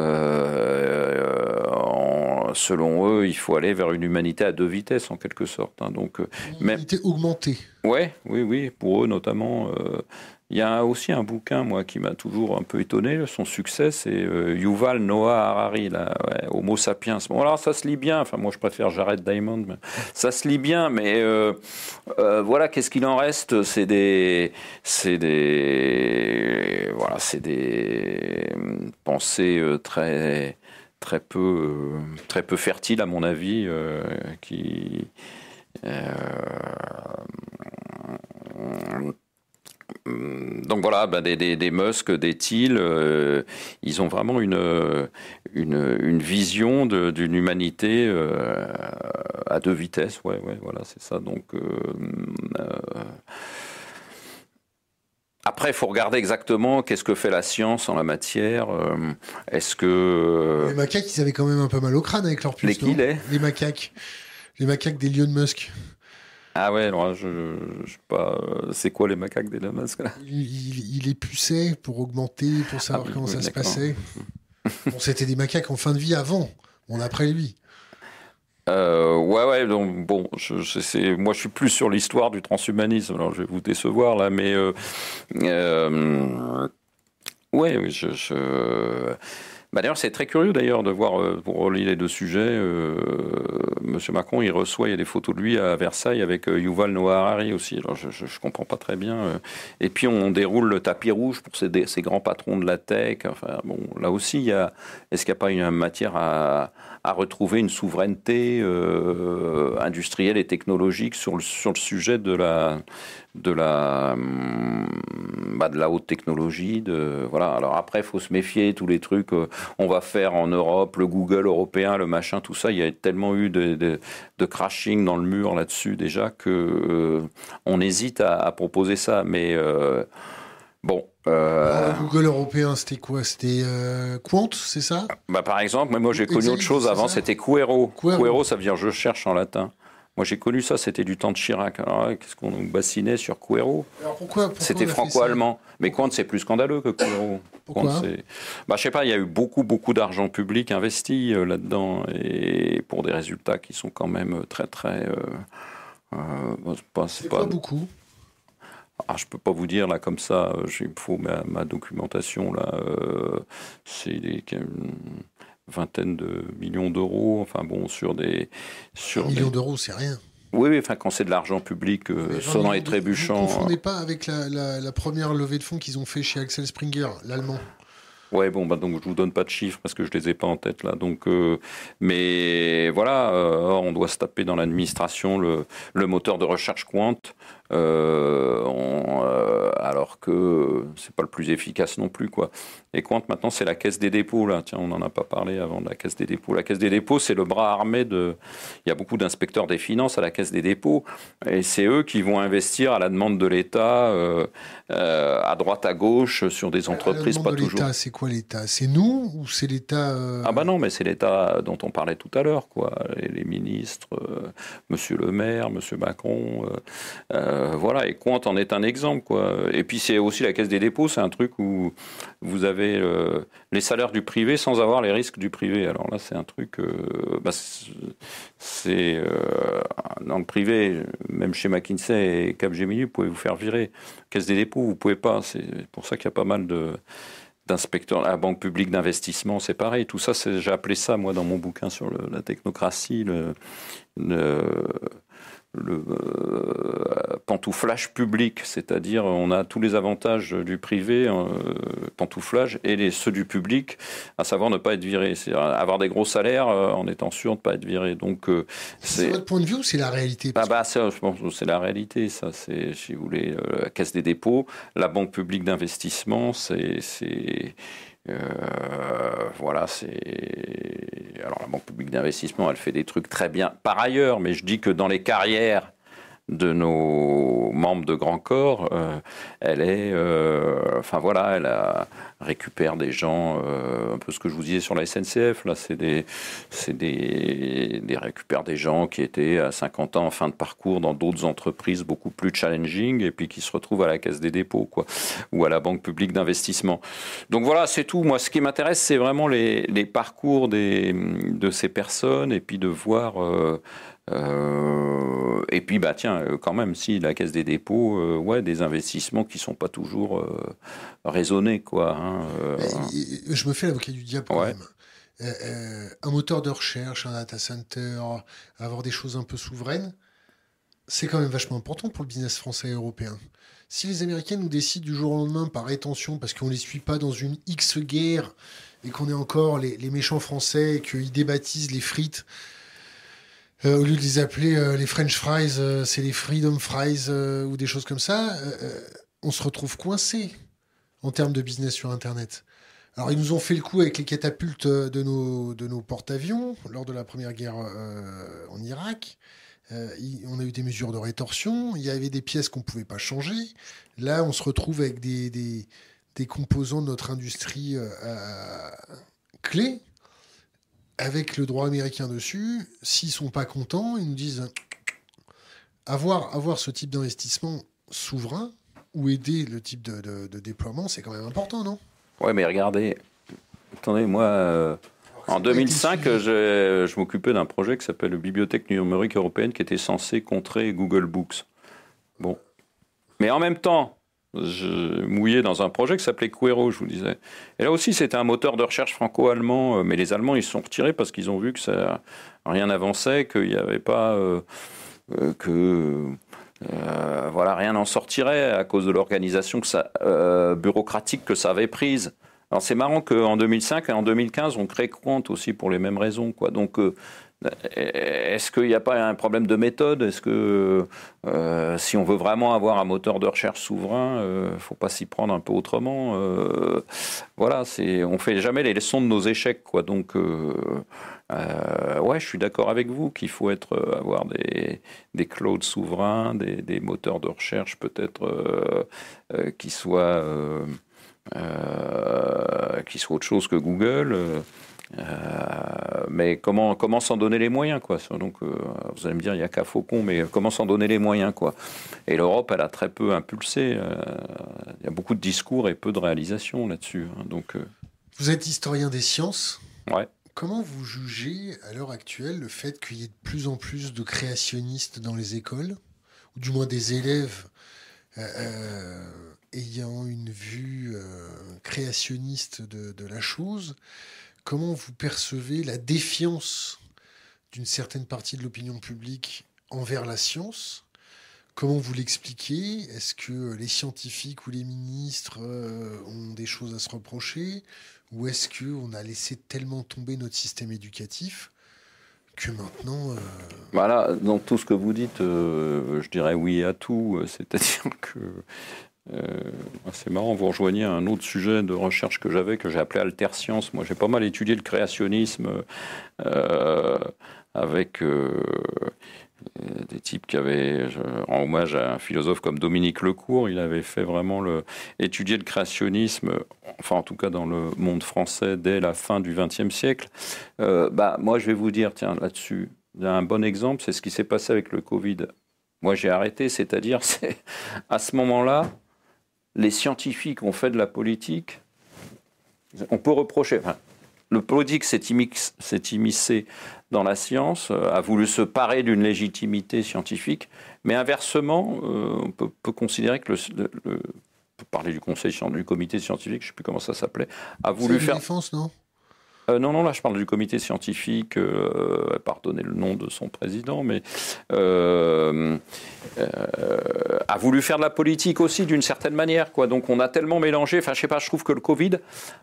Speaker 2: euh, en, selon eux, il faut aller vers une humanité à deux vitesses, en quelque sorte. Hein. Donc,
Speaker 1: une humanité même... augmentée.
Speaker 2: Ouais, oui, oui, pour eux notamment. Euh, il y a aussi un bouquin, moi, qui m'a toujours un peu étonné. Son succès, c'est euh, Yuval Noah Harari, là, ouais, Homo sapiens. Bon, alors ça se lit bien. Enfin, moi, je préfère Jared Diamond. Mais ça se lit bien, mais euh, euh, voilà, qu'est-ce qu'il en reste? C'est des, c'est des, voilà, c'est des pensées euh, très, très peu, euh, très peu fertiles, à mon avis, euh, qui. Euh, Donc voilà, ben des, des, des Musk, des Thiel, euh, ils ont vraiment une, une, une vision d'une humanité euh, à deux vitesses. Ouais, ouais, voilà, c'est ça. Donc euh, euh, après, il faut regarder exactement qu'est-ce que fait la science en la matière. Euh, Est-ce que euh,
Speaker 1: les macaques, ils avaient quand même un peu mal au crâne avec leur puce.
Speaker 2: Les qui, les
Speaker 1: Les macaques, les macaques d'Elon Musk.
Speaker 2: Ah ouais, non, je, je, je sais pas. C'est quoi les macaques d'Elon Musk là?
Speaker 1: il, il, il les puçait pour augmenter, pour savoir ah, comment oui, ça se passait. Bon, c'était des macaques en fin de vie avant, bon après lui.
Speaker 2: Euh, ouais, ouais. Donc bon, je, je sais, moi je suis plus sur l'histoire du transhumanisme. Alors je vais vous décevoir là, mais euh, euh, ouais, je. je Bah d'ailleurs, c'est très curieux d'ailleurs de voir, euh, pour relier les deux sujets, euh, Monsieur Macron, il reçoit, il y a des photos de lui à Versailles avec euh, Yuval Noah Harari aussi. Alors je, je, je comprends pas très bien. Euh. Et puis on déroule le tapis rouge pour ces, ces grands patrons de la tech. Enfin bon, là aussi, il y a, est-ce qu'il n'y a pas une matière à, à retrouver une souveraineté euh, industrielle et technologique sur le, sur le sujet de la de la bah, de la haute technologie, de voilà. Alors après, il faut se méfier, tous les trucs euh, on va faire en Europe, le Google européen, le machin, tout ça, il y a tellement eu de, de, de crashing dans le mur là-dessus déjà que euh, on hésite à, à proposer ça, mais euh, bon. Euh...
Speaker 1: Alors, Google européen, c'était quoi? C'était euh, Quant, c'est ça?
Speaker 2: Bah par exemple, moi j'ai connu autre chose avant, c'était Quero. Quero, ça veut dire je cherche en latin. Moi, j'ai connu ça, c'était du temps de Chirac. Alors, qu'est-ce qu'on nous bassinait sur Quero?
Speaker 1: Alors pourquoi, pourquoi
Speaker 2: C'était franco-allemand. Mais Quant, c'est plus scandaleux que Quero.
Speaker 1: Pourquoi?
Speaker 2: Quant, c'est... Bah, je sais pas, il y a eu beaucoup, beaucoup d'argent public investi euh, là-dedans, et pour des résultats qui sont quand même très, très... Euh, euh, bon, c'est pas, c'est
Speaker 1: c'est
Speaker 2: pas...
Speaker 1: pas beaucoup.
Speaker 2: Ah, je peux pas vous dire là comme ça, il me faut ma, ma documentation là. Euh, c'est des... vingtaine de millions d'euros, enfin bon, sur des... Sur
Speaker 1: un million
Speaker 2: des...
Speaker 1: d'euros, c'est rien.
Speaker 2: Oui, oui, enfin, quand c'est de l'argent public, euh, sonnant et trébuchant...
Speaker 1: Vous ne confondez pas avec la, la, la première levée de fonds qu'ils ont fait chez Axel Springer, l'allemand.
Speaker 2: Ouais, bon, bah donc je vous donne pas de chiffres parce que je les ai pas en tête là. Donc, euh, mais voilà, euh, on doit se taper dans l'administration le, le moteur de recherche Quant, euh, on, euh, alors que c'est pas le plus efficace non plus, quoi. Et Quant maintenant c'est la Caisse des dépôts là. Tiens, on n'en a pas parlé avant de la Caisse des dépôts. La Caisse des dépôts c'est le bras armé de. Il y a beaucoup d'inspecteurs des finances à la Caisse des dépôts et c'est eux qui vont investir à la demande de l'État, euh, euh, à droite à gauche sur des entreprises pas
Speaker 1: de
Speaker 2: toujours.
Speaker 1: L'État, c'est quoi l'État? C'est nous ou c'est l'État euh...
Speaker 2: Ah bah non, mais c'est l'État dont on parlait tout à l'heure, quoi. Les, les ministres, euh, Monsieur le Maire, Monsieur Macron, euh, euh, voilà. Et Quant en est un exemple, quoi. Et puis c'est aussi la Caisse des dépôts, c'est un truc où vous avez euh, les salaires du privé sans avoir les risques du privé. Alors là, c'est un truc, euh, bah, c'est euh, dans le privé, même chez McKinsey et Capgemini, vous pouvez vous faire virer. Caisse des dépôts, vous pouvez pas. C'est pour ça qu'il y a pas mal de d'inspecteurs, la banque publique d'investissement, c'est pareil. Tout ça, c'est, j'ai appelé ça, moi, dans mon bouquin sur le, la technocratie, le, le, le euh, pantouflage public, c'est-à-dire on a tous les avantages du privé, euh, pantouflage, et les, ceux du public, à savoir ne pas être viré, c'est avoir des gros salaires euh, en étant sûr de ne pas être viré. Donc, euh,
Speaker 1: c'est... c'est votre point de vue ou c'est la réalité?
Speaker 2: Ah bah, c'est, je pense que c'est la réalité, ça. C'est, si vous voulez, euh, la Caisse des dépôts, la banque publique d'investissement, c'est... c'est Euh, voilà, c'est. Alors, la Banque publique d'investissement, elle fait des trucs très bien par ailleurs, mais je dis que dans les carrières de nos membres de Grand Corps, euh, elle est. Euh, enfin, voilà, elle a, récupère des gens, euh, un peu ce que je vous disais sur la S N C F, là, c'est des. C'est des, des récupère des gens qui étaient à cinquante ans en fin de parcours dans d'autres entreprises beaucoup plus challenging et puis qui se retrouvent à la Caisse des dépôts, quoi, ou à la Banque publique d'investissement. Donc voilà, c'est tout. Moi, ce qui m'intéresse, c'est vraiment les, les parcours des, de ces personnes et puis de voir. Euh, euh, et puis, bah tiens, quand même, si la Caisse des dépôts, euh, ouais, des investissements qui sont pas toujours euh, raisonnés, quoi. Hein, euh...
Speaker 1: Je me fais l'avocat du diable quand
Speaker 2: ouais.
Speaker 1: même. Euh, euh, un moteur de recherche, un data center, avoir des choses un peu souveraines, c'est quand même vachement important pour le business français et européen. Si les Américains nous décident du jour au lendemain par rétention, parce qu'on ne les suit pas dans une X guerre, et qu'on est encore les, les méchants français, et qu'ils débaptisent les frites, euh, au lieu de les appeler euh, les French fries, euh, c'est les Freedom fries, euh, ou des choses comme ça, euh, on se retrouve coincé en termes de business sur Internet. Alors, ils nous ont fait le coup avec les catapultes de nos, de nos porte-avions lors de la première guerre euh, en Irak. Euh, il, on a eu des mesures de rétorsion. Il y avait des pièces qu'on ne pouvait pas changer. Là, on se retrouve avec des, des, des composants de notre industrie euh, à, clés, avec le droit américain dessus. S'ils ne sont pas contents, ils nous disent avoir, avoir ce type d'investissement souverain ou aider le type de, de, de déploiement, c'est quand même important, non ?
Speaker 2: Ouais, mais regardez, attendez, moi, euh, en deux mille cinq, je, je m'occupais d'un projet qui s'appelle la Bibliothèque numérique européenne qui était censé contrer Google Books. Bon. Mais en même temps, je mouillé dans un projet qui s'appelait Quero, je vous disais. Et là aussi, c'était un moteur de recherche franco-allemand, mais les Allemands, ils se sont retirés parce qu'ils ont vu que ça, rien n'avançait, qu'il n'y avait pas... Euh, euh, que... Euh, voilà, rien n'en sortirait à cause de l'organisation que ça, euh, bureaucratique que ça avait prise. Alors c'est marrant qu'en deux mille cinq et en deux mille quinze, on crée Quant aussi pour les mêmes raisons, quoi. Donc, euh, est-ce qu'il n'y a pas un problème de méthode? Est-ce que euh, si on veut vraiment avoir un moteur de recherche souverain, il euh, ne faut pas s'y prendre un peu autrement? euh, Voilà, c'est, on ne fait jamais les leçons de nos échecs, quoi. Donc, euh, euh, ouais, je suis d'accord avec vous qu'il faut être, avoir des, des clouds souverains, des, des moteurs de recherche peut-être euh, euh, qui soient euh, euh, qui soient autre chose que Google. Euh, Euh, mais comment, comment s'en donner les moyens, quoi. Donc, euh, vous allez me dire, il n'y a qu'à Faucon, mais comment s'en donner les moyens, quoi. Et l'Europe, elle a très peu impulsé. Euh, il y a beaucoup de discours et peu de réalisations là-dessus. Hein, donc, euh...
Speaker 1: Vous êtes historien des sciences.
Speaker 2: Ouais.
Speaker 1: Comment vous jugez, à l'heure actuelle, le fait qu'il y ait de plus en plus de créationnistes dans les écoles, ou du moins des élèves euh, euh, ayant une vue euh, créationniste de, de la chose? Comment vous percevez la défiance d'une certaine partie de l'opinion publique envers la science? Comment vous l'expliquez? Est-ce que les scientifiques ou les ministres euh, ont des choses à se reprocher? Ou est-ce qu'on a laissé tellement tomber notre système éducatif que maintenant... Euh...
Speaker 2: Voilà, dans tout ce que vous dites, euh, je dirais oui à tout. C'est-à-dire que... Euh, c'est marrant, vous rejoignez un autre sujet de recherche que j'avais, que j'ai appelé Alterscience. Moi, j'ai pas mal étudié le créationnisme euh, avec euh, des types qui avaient, en hommage à un philosophe comme Dominique Lecourt, il avait fait vraiment le, étudier le créationnisme, enfin en tout cas dans le monde français, dès la fin du vingtième siècle. Euh, bah, moi, je vais vous dire, tiens, là-dessus, il y a un bon exemple, c'est ce qui s'est passé avec le Covid. Moi, j'ai arrêté, c'est-à-dire, c'est à ce moment-là, les scientifiques ont fait de la politique, on peut reprocher, enfin, le politique s'est immiscé dans la science, a voulu se parer d'une légitimité scientifique, mais inversement, euh, on peut, peut considérer que le, le, le on peut parler du conseil du comité scientifique, je ne sais plus comment ça s'appelait, a voulu faire...
Speaker 1: défense, non
Speaker 2: Euh, non, non, là je parle du comité scientifique, euh, pardonnez le nom de son président, mais euh, euh, a voulu faire de la politique aussi d'une certaine manière, quoi. Donc on a tellement mélangé, enfin je sais pas, je trouve que le Covid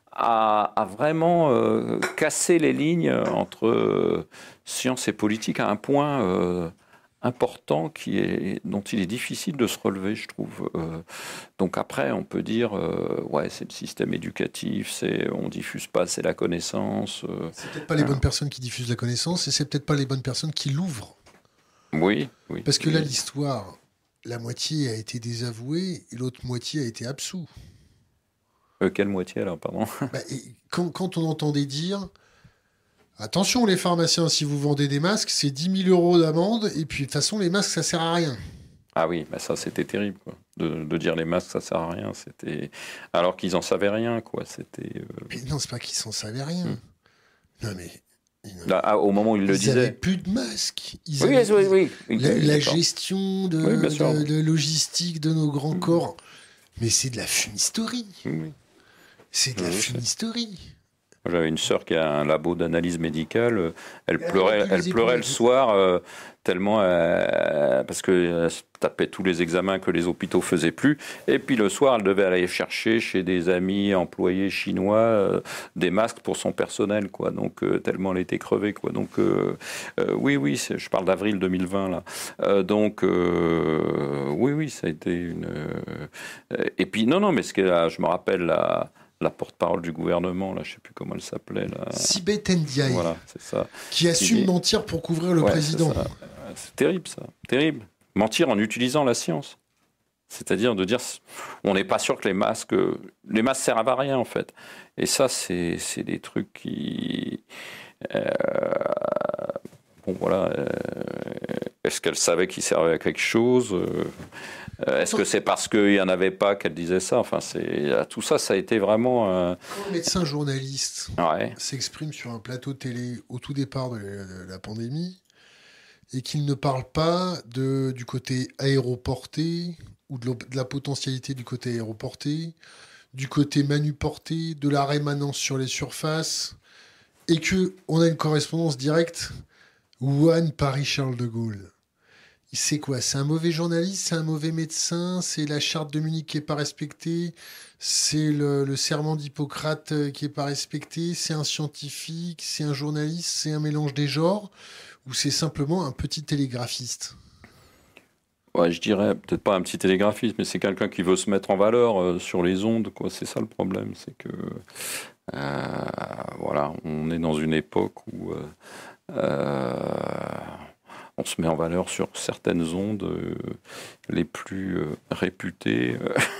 Speaker 2: a, a vraiment euh, cassé les lignes entre euh, science et politique à un point euh, important qui est, dont il est difficile de se relever, je trouve. Euh, donc après, on peut dire, euh, ouais, c'est le système éducatif, c'est, on diffuse pas, c'est la connaissance. Euh,
Speaker 1: c'est peut-être pas les bonnes personnes qui diffusent la connaissance, et c'est peut-être pas les bonnes personnes qui l'ouvrent.
Speaker 2: Oui, oui.
Speaker 1: Parce que
Speaker 2: oui.
Speaker 1: là, l'histoire, la moitié a été désavouée et l'autre moitié a été absous.
Speaker 2: Euh, quelle moitié alors, pardon?
Speaker 1: Bah, et quand, quand on entendait dire... Attention les pharmaciens, si vous vendez des masques, c'est dix mille euros d'amende, et puis de toute façon, les masques, ça sert à rien.
Speaker 2: Ah oui, bah ça c'était terrible, quoi. De, de dire les masques, ça sert à rien, c'était... Alors qu'ils en savaient rien, quoi, c'était... Euh...
Speaker 1: Mais non, c'est pas qu'ils en savaient rien. Hum. Non mais...
Speaker 2: Là, ah, au moment où il le
Speaker 1: ils
Speaker 2: disait...
Speaker 1: Ils n'avaient plus de masques. Ils
Speaker 2: oui,
Speaker 1: avaient...
Speaker 2: oui, oui, oui.
Speaker 1: La, la gestion de,
Speaker 2: oui,
Speaker 1: de, de logistique de nos grands hum. corps, mais c'est de la fumisterie.
Speaker 2: Oui.
Speaker 1: C'est de la fumisterie.
Speaker 2: J'avais une sœur qui a un labo d'analyse médicale. Elle pleurait, elle pleurait le soir euh, tellement euh, parce que elle tapait tous les examens que les hôpitaux faisaient plus. Et puis le soir, elle devait aller chercher chez des amis employés chinois euh, des masques pour son personnel, quoi. Donc euh, tellement elle était crevée, quoi. Donc euh, euh, oui, oui, je parle d'avril deux mille vingt là. Euh, donc euh, oui, oui, ça a été une. Euh, et puis non, non, mais ce que là, je me rappelle là. La porte-parole du gouvernement, là, je ne sais plus comment elle s'appelait. Là.
Speaker 1: Sibeth Ndiaye.
Speaker 2: Voilà, c'est ça.
Speaker 1: Qui assume qui... mentir pour couvrir le
Speaker 2: ouais,
Speaker 1: président.
Speaker 2: C'est, c'est terrible, ça. Terrible. Mentir en utilisant la science. C'est-à-dire de dire, on n'est pas sûr que les masques... Les masques servent à rien, en fait. Et ça, c'est, c'est des trucs qui... Euh, bon, voilà. Euh, est-ce qu'elle savait qu'ils servaient à quelque chose ? Est-ce que c'est parce qu'il n'y en avait pas qu'elle disait ça? Enfin, c'est, tout ça, ça a été vraiment... Euh...
Speaker 1: Quand un médecin journaliste
Speaker 2: ouais.
Speaker 1: s'exprime sur un plateau télé au tout départ de la pandémie et qu'il ne parle pas de, du côté aéroporté, ou de, de la potentialité du côté aéroporté, du côté manuporté, de la rémanence sur les surfaces, et que on a une correspondance directe Wuhan, Paris, Charles de Gaulle. C'est quoi? C'est un mauvais journaliste? C'est un mauvais médecin? C'est la charte de Munich qui n'est pas respectée? C'est le, le serment d'Hippocrate qui n'est pas respecté? C'est un scientifique? C'est un journaliste? C'est un mélange des genres? Ou c'est simplement un petit télégraphiste?
Speaker 2: Ouais, je dirais peut-être pas un petit télégraphiste, mais c'est quelqu'un qui veut se mettre en valeur euh, sur les ondes, quoi. C'est ça le problème, c'est que euh, voilà, on est dans une époque où euh, euh, on se met en valeur sur certaines ondes euh, les plus euh, réputées,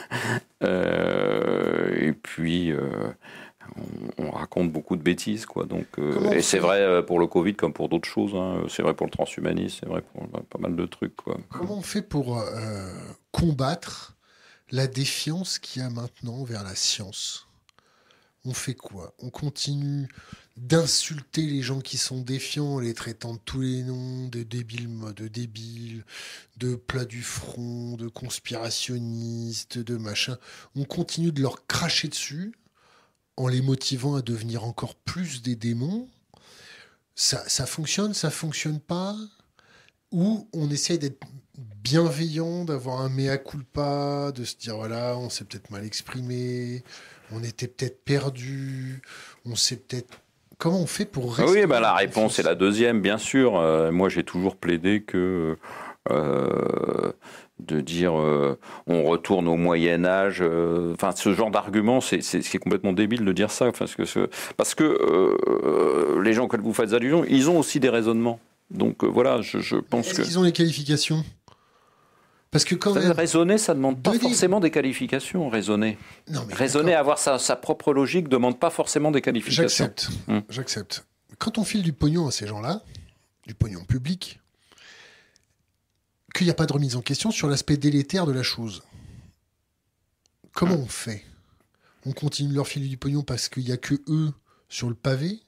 Speaker 2: euh, et puis euh, on, on raconte beaucoup de bêtises, quoi. Donc, euh, et c'est vrai pour le Covid comme pour d'autres choses, hein. C'est vrai pour le transhumanisme, c'est vrai pour bah, pas mal de trucs, quoi.
Speaker 1: Comment on fait pour euh, combattre la défiance qu'il y a maintenant vers la science? On fait quoi? On continue d'insulter les gens qui sont défiants en les traitant de tous les noms, de débiles, de débiles, de plats du front, de conspirationnistes, de machin. On continue de leur cracher dessus en les motivant à devenir encore plus des démons. Ça, ça fonctionne, ça fonctionne pas? Ou on essaye d'être bienveillant, d'avoir un mea culpa, de se dire voilà, on s'est peut-être mal exprimé, on était peut-être perdu, on s'est peut-être... Comment on fait pour rester...
Speaker 2: Oui, ben la réponse est la deuxième, bien sûr. Euh, moi, j'ai toujours plaidé que... Euh, de dire euh, on retourne au Moyen-Âge, enfin euh, ce genre d'argument, c'est, c'est, c'est complètement débile de dire ça, parce que, ce, parce que euh, les gens auxquels vous faites allusion, ils ont aussi des raisonnements. Donc euh, voilà, je, je pense
Speaker 1: Est-ce
Speaker 2: que...
Speaker 1: qu'ils ont les qualifications? Parce que quand même...
Speaker 2: Raisonner, ça ne demande pas forcément des qualifications, raisonner.
Speaker 1: Non, mais
Speaker 2: raisonner, avoir sa, sa propre logique, ne demande pas forcément des qualifications.
Speaker 1: J'accepte, hum. j'accepte. Quand on file du pognon à ces gens-là, du pognon public, qu'il n'y a pas de remise en question sur l'aspect délétère de la chose. Comment hum. on fait? On continue de leur filer du pognon parce qu'il n'y a que eux sur le pavé?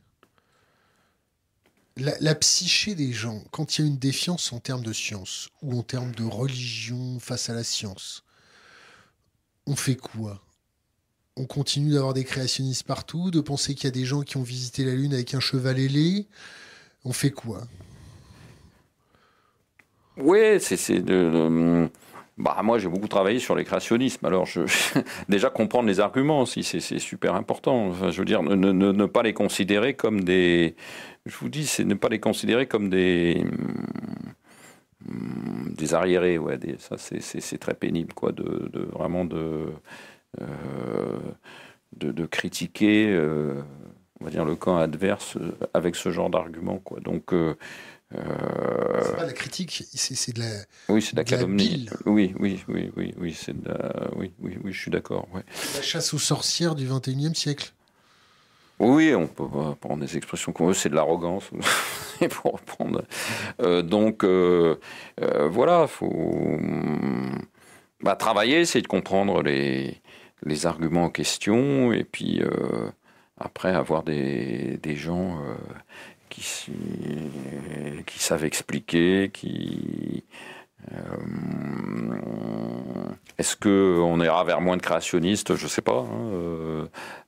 Speaker 1: La, la psyché des gens, quand il y a une défiance en termes de science ou en termes de religion face à la science, on fait quoi? On continue d'avoir des créationnistes partout, de penser qu'il y a des gens qui ont visité la Lune avec un cheval ailé. On fait quoi?
Speaker 2: Oui, c'est, c'est de, de, bah moi j'ai beaucoup travaillé sur les créationnismes. Alors je, déjà comprendre les arguments aussi, c'est, c'est super important. Enfin, je veux dire, ne, ne, ne pas les considérer comme des, je vous dis, c'est ne pas les considérer comme des des arriérés. Ouais, des, ça c'est, c'est, c'est très pénible, quoi, de, de vraiment de euh, de, de critiquer, euh, on va dire, le camp adverse avec ce genre d'arguments, quoi. Donc euh,
Speaker 1: Euh... C'est pas de la critique, c'est, c'est de la.
Speaker 2: Oui, c'est de la
Speaker 1: de
Speaker 2: calomnie. La oui, oui, oui, oui, oui, c'est de la... oui, oui, oui, je suis d'accord. Ouais.
Speaker 1: La chasse aux sorcières du vingt et unième siècle.
Speaker 2: Oui, on peut pas prendre des expressions qu'on veut, c'est de l'arrogance, pour reprendre. Euh, donc, euh, euh, voilà, faut bah, travailler, c'est de comprendre les les arguments en question, et puis euh, après avoir des des gens. Euh, Qui, qui savent expliquer, qui... Euh, est-ce qu'on ira vers moins de créationnistes? Je ne sais pas. Hein, euh,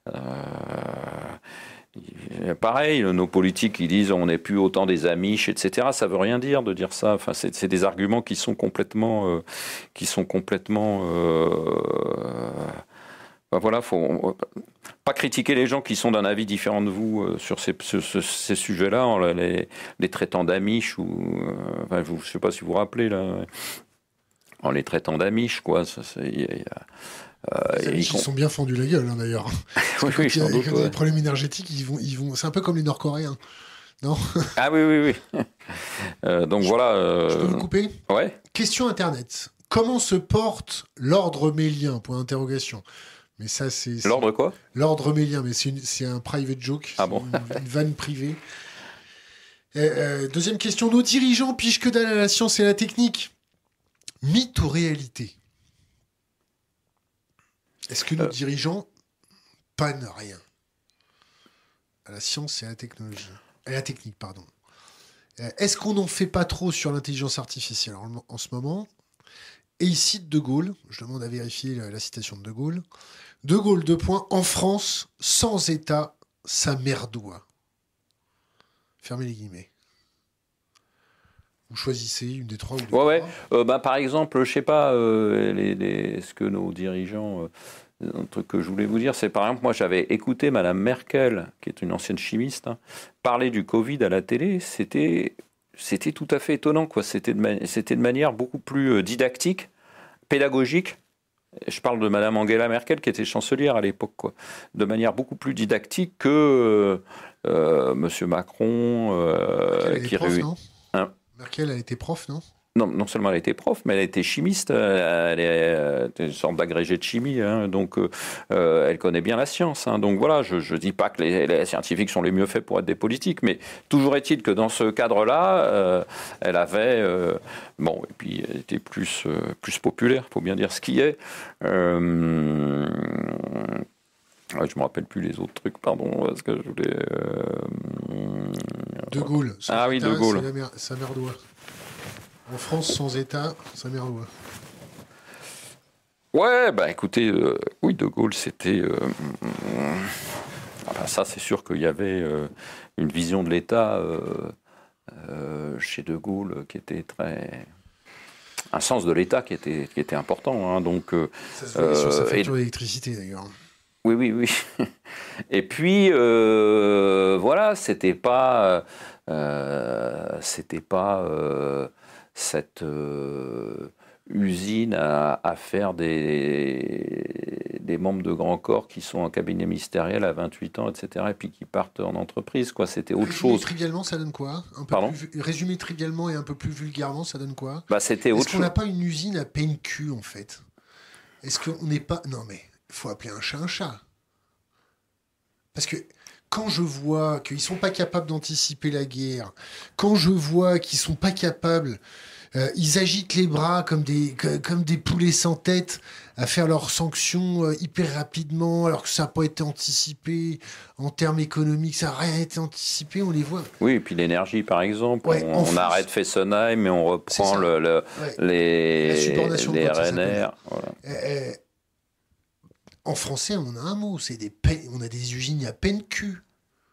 Speaker 2: euh, pareil, nos politiques qui disent on n'est plus autant des Amish, et cetera. Ça ne veut rien dire de dire ça. Enfin, c'est, c'est des arguments qui sont complètement... Euh, qui sont complètement euh, ben voilà, faut pas critiquer les gens qui sont d'un avis différent de vous euh, sur ces, ce, ce, ces sujets-là, en les, les traitant d'amish ou, euh, enfin, je ne sais pas si vous vous rappelez là, en les traitant d'amish, quoi. Ça, c'est, y a, y a,
Speaker 1: euh, les amish, ils sont bien fendus la gueule, hein, d'ailleurs.
Speaker 2: Oui, oui,
Speaker 1: quand il y a,
Speaker 2: doute,
Speaker 1: quand il y a
Speaker 2: ouais.
Speaker 1: des problèmes énergétiques, ils vont, ils vont. C'est un peu comme les Nord-Coréens, non?
Speaker 2: Ah oui, oui, oui. euh, donc
Speaker 1: je,
Speaker 2: voilà. Euh...
Speaker 1: Je peux vous couper?
Speaker 2: Ouais.
Speaker 1: Question Internet. Comment se porte l'ordre mélien? Point d'interrogation. Mais ça, c'est, c'est...
Speaker 2: L'ordre quoi?
Speaker 1: L'ordre mélien, mais c'est, une, c'est un private joke.
Speaker 2: Ah bon?
Speaker 1: une, une vanne privée. Euh, euh, deuxième question. Nos dirigeants pigent que dalle à la science et à la technique. Mythe ou réalité? Est-ce que nos euh... dirigeants pannent rien à la science et à la technologie? À la technique, pardon. Euh, est-ce qu'on n'en fait pas trop sur l'intelligence artificielle en, en ce moment? Et il cite De Gaulle. Je demande à vérifier la, la citation de De Gaulle. De Gaulle, deux points. En France, sans État, ça merdoit. Fermez les guillemets. Vous choisissez une des trois ou deux.
Speaker 2: Ouais, ouais. Euh, bah, par exemple, je sais pas, euh, les, les, ce que nos dirigeants. Euh, un truc que je voulais vous dire, c'est par exemple, moi j'avais écouté Madame Merkel, qui est une ancienne chimiste, hein, parler du Covid à la télé. C'était, c'était tout à fait étonnant, quoi. C'était de, ma- c'était de manière beaucoup plus euh, didactique, pédagogique. Je parle de Madame Angela Merkel, qui était chancelière à l'époque, quoi. De manière beaucoup plus didactique que euh, euh, Monsieur Macron, euh,
Speaker 1: Merkel, elle
Speaker 2: qui
Speaker 1: est prof,
Speaker 2: réunit.
Speaker 1: non
Speaker 2: Hein
Speaker 1: Merkel, elle était prof, non
Speaker 2: Non, non seulement elle était prof, mais elle était chimiste. euh, Elle est euh, une sorte d'agrégée de chimie, hein, donc euh, euh, elle connaît bien la science. Hein. Donc voilà, je ne dis pas que les, les scientifiques sont les mieux faits pour être des politiques, mais toujours est-il que dans ce cadre-là, euh, elle avait euh, bon, et puis elle était plus euh, plus populaire, faut bien dire ce qui est. Euh, ouais, je me rappelle plus les autres trucs, pardon, parce que je voulais. Euh,
Speaker 1: De Gaulle. Sans
Speaker 2: ah oui,
Speaker 1: État,
Speaker 2: De Gaulle.
Speaker 1: c'est la mer- ça merdoit. En France, sans État, ça merdoit.
Speaker 2: Ouais, bah écoutez, euh, oui, De Gaulle, c'était. Euh, enfin, ça, c'est sûr qu'il y avait euh, une vision de l'État euh, euh, chez De Gaulle qui était très. Un sens de l'État qui était, qui était important. Hein, donc, euh,
Speaker 1: Ça se voyait sur sa
Speaker 2: euh, et-
Speaker 1: facture d'électricité, d'ailleurs.
Speaker 2: oui, oui, oui. Et puis, euh, voilà, c'était pas. Euh, c'était pas euh, cette. Euh, usine à, à faire des, des membres de grand corps qui sont en cabinet ministériel à vingt-huit ans, et cetera, et puis qui partent en entreprise, quoi. C'était autre
Speaker 1: Résumé
Speaker 2: chose.
Speaker 1: trivialement, ça donne quoi un peu
Speaker 2: Pardon
Speaker 1: plus, vu- Résumé trivialement et un peu plus vulgairement, ça donne quoi
Speaker 2: Bah, c'était
Speaker 1: Est-ce
Speaker 2: autre
Speaker 1: qu'on
Speaker 2: chose.
Speaker 1: n'a pas une usine à peine cul, en fait Est-ce qu'on n'est pas... Non, mais il faut appeler un chat un chat. Parce que quand je vois qu'ils sont pas capables d'anticiper la guerre, quand je vois qu'ils sont pas capables... Euh, ils agitent les bras comme des, que- comme des poulets sans tête à faire leurs sanctions euh, hyper rapidement, alors que ça n'a pas été anticipé en termes économiques, ça n'a rien été anticipé, on les voit.
Speaker 2: Oui, et puis l'énergie, par exemple.
Speaker 1: Ouais,
Speaker 2: on
Speaker 1: en
Speaker 2: on
Speaker 1: France.
Speaker 2: arrête Fessenheim, mais on
Speaker 1: C'est
Speaker 2: reprend
Speaker 1: ça.
Speaker 2: le, le-
Speaker 1: Ouais.
Speaker 2: les,
Speaker 1: La subordination de
Speaker 2: les
Speaker 1: vote, ça
Speaker 2: R N R.
Speaker 1: s'appelle.
Speaker 2: Voilà.
Speaker 1: Euh, euh, en français, on a un mot, c'est des pe- on a des usines à peine cul.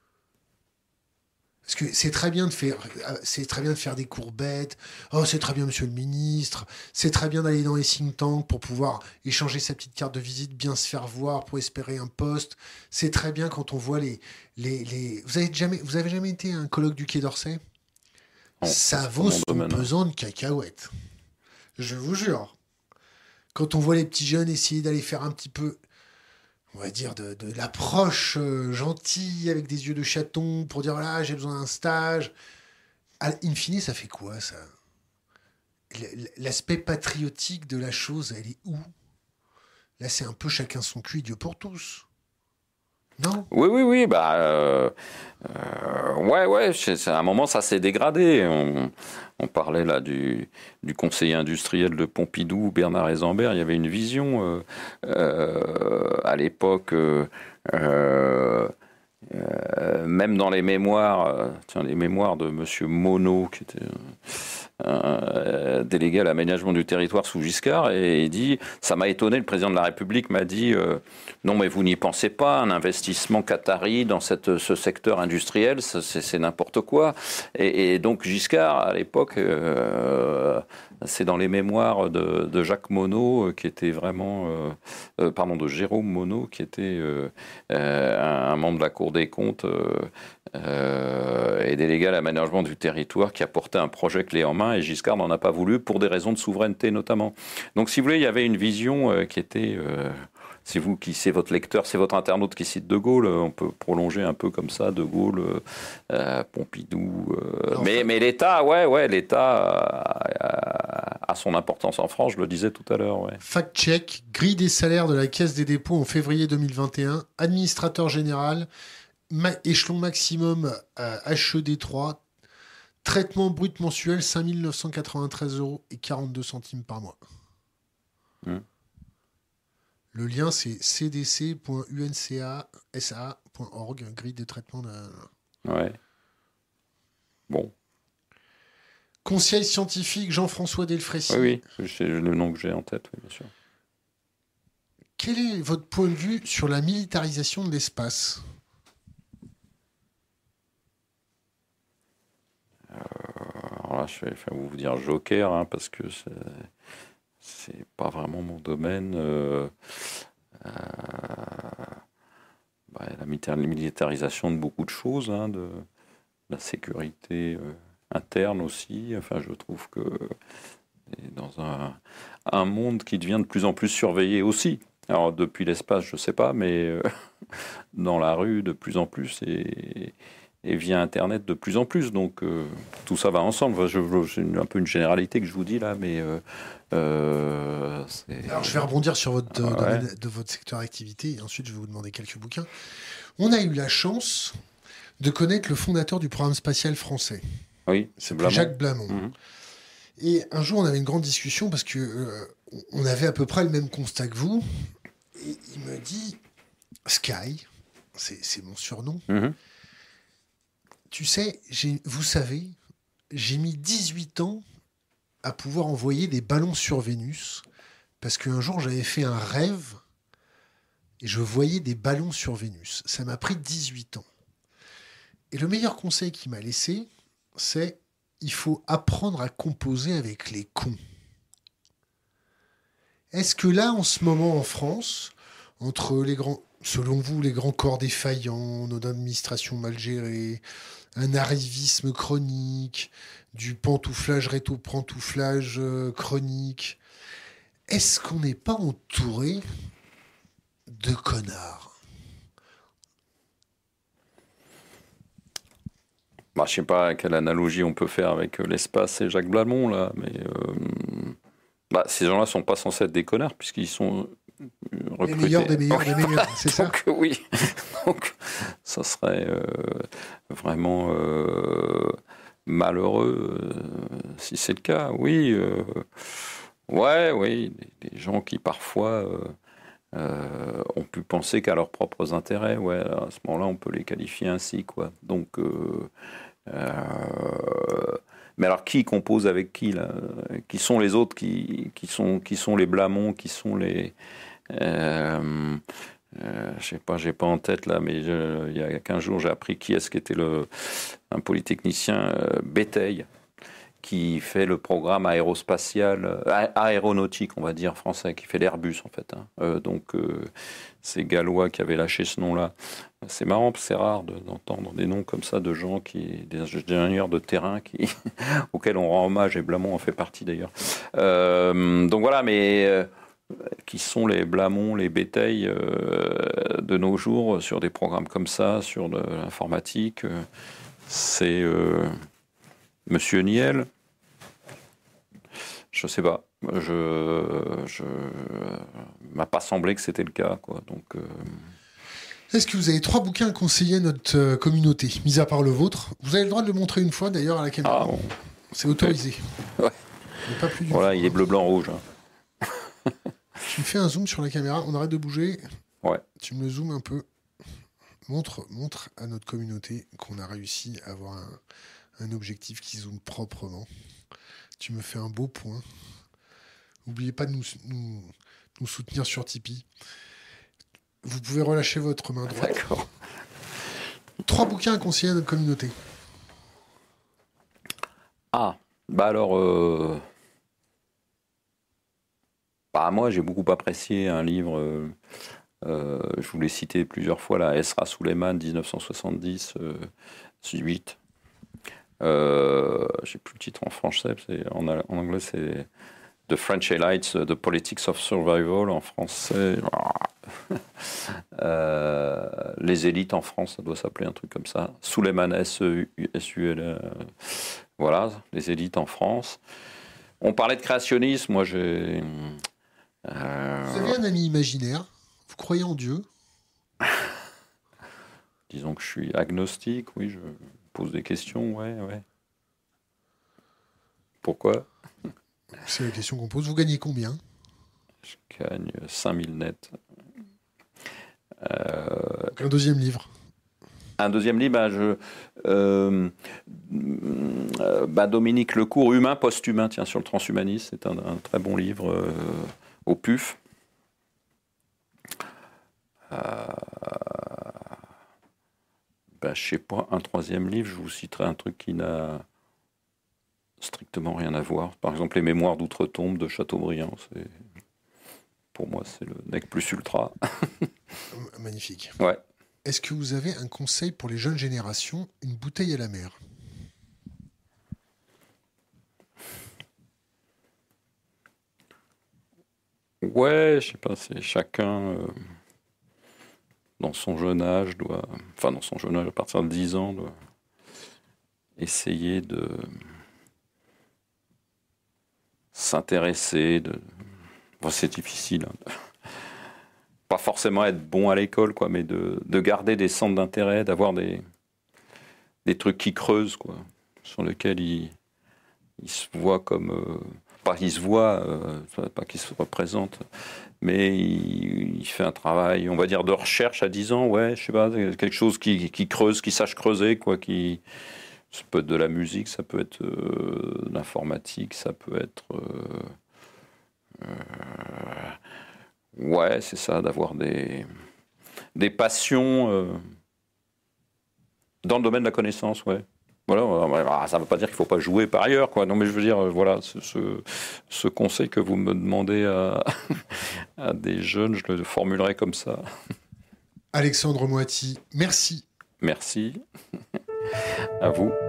Speaker 1: Parce que c'est très bien de faire, c'est très bien de faire des courbettes. Oh, c'est très bien, monsieur le ministre. C'est très bien d'aller dans les think tanks pour pouvoir échanger sa petite carte de visite, bien se faire voir pour espérer un poste. C'est très bien quand on voit les, les, les... Vous avez jamais, vous avez jamais été à un colloque du Quai d'Orsay?
Speaker 2: Non,
Speaker 1: Ça
Speaker 2: c'est pas
Speaker 1: vaut
Speaker 2: mon
Speaker 1: son
Speaker 2: domaine.
Speaker 1: pesant de cacahuètes. Je vous jure. Quand on voit les petits jeunes essayer d'aller faire un petit peu, on va dire, de, de l'approche euh, gentille avec des yeux de chaton pour dire, voilà, j'ai besoin d'un stage. À, in fine, ça fait quoi, ça? L- L'aspect patriotique de la chose, elle est où? Là, c'est un peu chacun son cul, Dieu pour tous. Non?
Speaker 2: Oui, oui, oui, bah, euh, euh, ouais, ouais, c'est, c'est- à un moment, ça s'est dégradé. On, on parlait là du, du conseiller industriel de Pompidou, Bernard Hezambert. Il y avait une vision euh, euh, à l'époque. Euh, euh, euh, même dans les mémoires, euh, tiens, les mémoires de Monsieur Monod, qui était euh, délégué à l'aménagement du territoire sous Giscard, et il dit, ça m'a étonné, le président de la République m'a dit, euh, non mais vous n'y pensez pas, un investissement qatari dans cette, ce secteur industriel, c'est, c'est n'importe quoi. Et, et donc Giscard, à l'époque, euh, c'est dans les mémoires de, de Jacques Monod, qui était vraiment, euh, euh, pardon, de Jérôme Monod, qui était euh, euh, un, un membre de la Cour des comptes euh, euh, et délégué à l'aménagement du territoire, qui a porté un projet clé en main, et Giscard n'en a pas voulu pour des raisons de souveraineté notamment. Donc si vous voulez, il y avait une vision euh, qui était... Euh, c'est vous qui, c'est votre lecteur, c'est votre internaute qui cite De Gaulle. On peut prolonger un peu comme ça, De Gaulle, euh, Pompidou. Euh,
Speaker 1: Non,
Speaker 2: mais,
Speaker 1: enfin-
Speaker 2: mais l'État, ouais, ouais, l'État a, a son importance en France. Je le disais tout à l'heure. Ouais.
Speaker 1: Fact-check, grille des salaires de la Caisse des dépôts en février deux mille vingt et un, administrateur général, ma- échelon maximum à H E D trois, traitement brut mensuel cinq mille neuf cent quatre-vingt-treize euros et quarante-deux centimes par mois.
Speaker 2: Hmm.
Speaker 1: Le lien, c'est c d c point u n c a s a point org, grille de traitement de...
Speaker 2: Ouais. Bon.
Speaker 1: Conseil scientifique Jean-François Delfrécy.
Speaker 2: Oui, oui, c'est le nom que j'ai en tête, oui, bien sûr.
Speaker 1: Quel est votre point de vue sur la militarisation de l'espace ?
Speaker 2: euh, Alors là, je vais enfin, vous dire joker, hein, parce que c'est, c'est pas vraiment mon domaine. Euh, euh, bah, la militarisation de beaucoup de choses, hein, de, de la sécurité euh, interne aussi. Enfin, je trouve que dans un, un monde qui devient de plus en plus surveillé aussi. Alors, depuis l'espace, je ne sais pas, mais euh, dans la rue, de plus en plus, et, et via Internet, de plus en plus. Donc, euh, tout ça va ensemble. Enfin, je, je, c'est une, un peu une généralité que je vous dis là, mais... Euh, euh, c'est...
Speaker 1: Alors, je vais rebondir sur votre
Speaker 2: Ah,
Speaker 1: domaine,
Speaker 2: ouais.
Speaker 1: de votre secteur d'activité, et ensuite, je vais vous demander quelques bouquins. On a eu la chance de connaître le fondateur du programme spatial français.
Speaker 2: Oui,
Speaker 1: c'est
Speaker 2: Blamont.
Speaker 1: Jacques Blamont. Mmh. Et un jour, on avait une grande discussion parce que euh, on avait à peu près le même constat que vous. Et il me dit, Sky, c'est, c'est mon surnom.
Speaker 2: Mmh.
Speaker 1: Tu sais, j'ai, vous savez, j'ai mis dix-huit ans à pouvoir envoyer des ballons sur Vénus parce qu'un jour, j'avais fait un rêve et je voyais des ballons sur Vénus. Ça m'a pris dix-huit ans. Et le meilleur conseil qu'il m'a laissé, c'est il faut apprendre à composer avec les cons. Est-ce que là, en ce moment, en France, entre les grands, selon vous, les grands corps défaillants, notre administration mal gérée, un arrivisme chronique, du pantouflage, réto-pantouflage euh, chronique, est-ce qu'on n'est pas entouré de connards ?
Speaker 2: Bah, je ne sais pas quelle analogie on peut faire avec l'espace et Jacques Blamont, là, mais euh, bah, ces gens-là ne sont pas censés être des connards, puisqu'ils sont recrutés.
Speaker 1: Les meilleurs des meilleurs des meilleurs, c'est ça ?
Speaker 2: Donc, oui, donc ça serait euh, vraiment euh, malheureux euh, si c'est le cas. Oui, euh, ouais, oui, des, des gens qui parfois... Euh, Euh, ont pu penser qu'à leurs propres intérêts, ouais, à ce moment-là, on peut les qualifier ainsi, quoi. Donc, euh, euh, mais alors, qui compose avec qui, là ? Qui sont les autres qui, qui, sont, qui sont les Blamont, qui sont les... Euh, euh, je sais pas, j'ai pas en tête, là, mais je, il y a quinze jours, j'ai appris qui est-ce qui était le, un polytechnicien, euh, Béteille, qui fait le programme aérospatial, euh, aéronautique, on va dire, français, qui fait l'Airbus, en fait. Hein. Euh, donc, euh, c'est Gallois qui avait lâché ce nom-là. C'est marrant, parce que c'est rare de, d'entendre des noms comme ça de gens, qui, des ingénieurs de terrain qui, auxquels on rend hommage, et Blamont en fait partie, d'ailleurs. Euh, donc voilà, mais... Euh, qui sont les Blamont, les Béteilles euh, de nos jours, sur des programmes comme ça, sur de l'informatique. Euh, c'est... Euh, Monsieur Niel, je sais pas, je, je m'a pas semblé que c'était le cas, quoi. Donc, euh...
Speaker 1: est-ce que vous avez trois bouquins à conseiller à notre euh, communauté, mis à part le vôtre ? Vous avez le droit de le montrer une fois, d'ailleurs, à la caméra.
Speaker 2: Ah, bon.
Speaker 1: C'est autorisé.
Speaker 2: Ouais.
Speaker 1: Mais pas plus du
Speaker 2: voilà,
Speaker 1: tout,
Speaker 2: il est bleu, blanc, rouge. Hein.
Speaker 1: Tu me fais un zoom sur la caméra, on arrête de bouger.
Speaker 2: Ouais.
Speaker 1: Tu me le zoomes un peu. Montre, montre à notre communauté qu'on a réussi à avoir un, un objectif qui zoome proprement. Tu me fais un beau point. N'oubliez pas de nous, nous, nous soutenir sur Tipeee. Vous pouvez relâcher votre main droite.
Speaker 2: D'accord.
Speaker 1: Trois bouquins à conseiller à notre communauté.
Speaker 2: Ah, bah alors... Euh... Bah, moi, j'ai beaucoup apprécié un livre... Euh... Euh, je vous l'ai cité plusieurs fois, là, Esra Souleyman, dix-neuf cent soixante-dix, euh, huit. Euh, j'ai plus le titre en français, c'est, en, en anglais c'est The French Elites, The Politics of Survival, en français. euh, les élites en France, ça doit s'appeler un truc comme ça. Souleyman, S U L, euh, voilà, les élites en France. On parlait de créationnisme, moi j'ai.
Speaker 1: Euh... Vous avez un ami imaginaire? Vous croyez en Dieu?
Speaker 2: Disons que je suis agnostique, oui, je pose des questions, ouais, ouais. Pourquoi?
Speaker 1: C'est la question qu'on pose. Vous gagnez combien?
Speaker 2: Je gagne cinq mille nets. Euh...
Speaker 1: Un deuxième livre.
Speaker 2: Un deuxième livre, bah, je, euh, euh, bah, Dominique Lecourt, Humain post-humain, tiens, sur le transhumanisme, c'est un, un très bon livre euh, au P U F. Euh, bah, je sais pas, un troisième livre, je vous citerai un truc qui n'a strictement rien à voir. Par exemple, Les Mémoires d'Outre-Tombe de Chateaubriand, c'est, pour moi, c'est le nec plus ultra.
Speaker 1: Magnifique.
Speaker 2: Ouais.
Speaker 1: Est-ce que vous avez un conseil pour les jeunes générations, une bouteille à la mer?
Speaker 2: Ouais, je sais pas, c'est chacun euh, dans son jeune âge doit, enfin dans son jeune âge, à partir de dix ans, doit essayer de s'intéresser, de, bon, c'est difficile, hein. Pas forcément être bon à l'école, quoi, mais de, de garder des centres d'intérêt, d'avoir des, des trucs qui creusent, quoi, sur lesquels il, il se voit comme... Euh, pas qu'il se voit, euh, pas qu'il se représente, mais il, il fait un travail, on va dire, de recherche à dix ans, ouais, je sais pas, quelque chose qui, qui creuse, qui sache creuser, quoi, qui... Ça peut être de la musique, ça peut être euh, de l'informatique, ça peut être... Euh, euh, ouais, c'est ça, d'avoir des, des passions euh, dans le domaine de la connaissance, ouais. Voilà, ça ne veut pas dire qu'il ne faut pas jouer par ailleurs, quoi. Non, mais je veux dire, voilà, ce, ce, ce conseil que vous me demandez à, à des jeunes, je le formulerai comme ça.
Speaker 1: Alexandre Moiti, merci.
Speaker 2: Merci. À vous.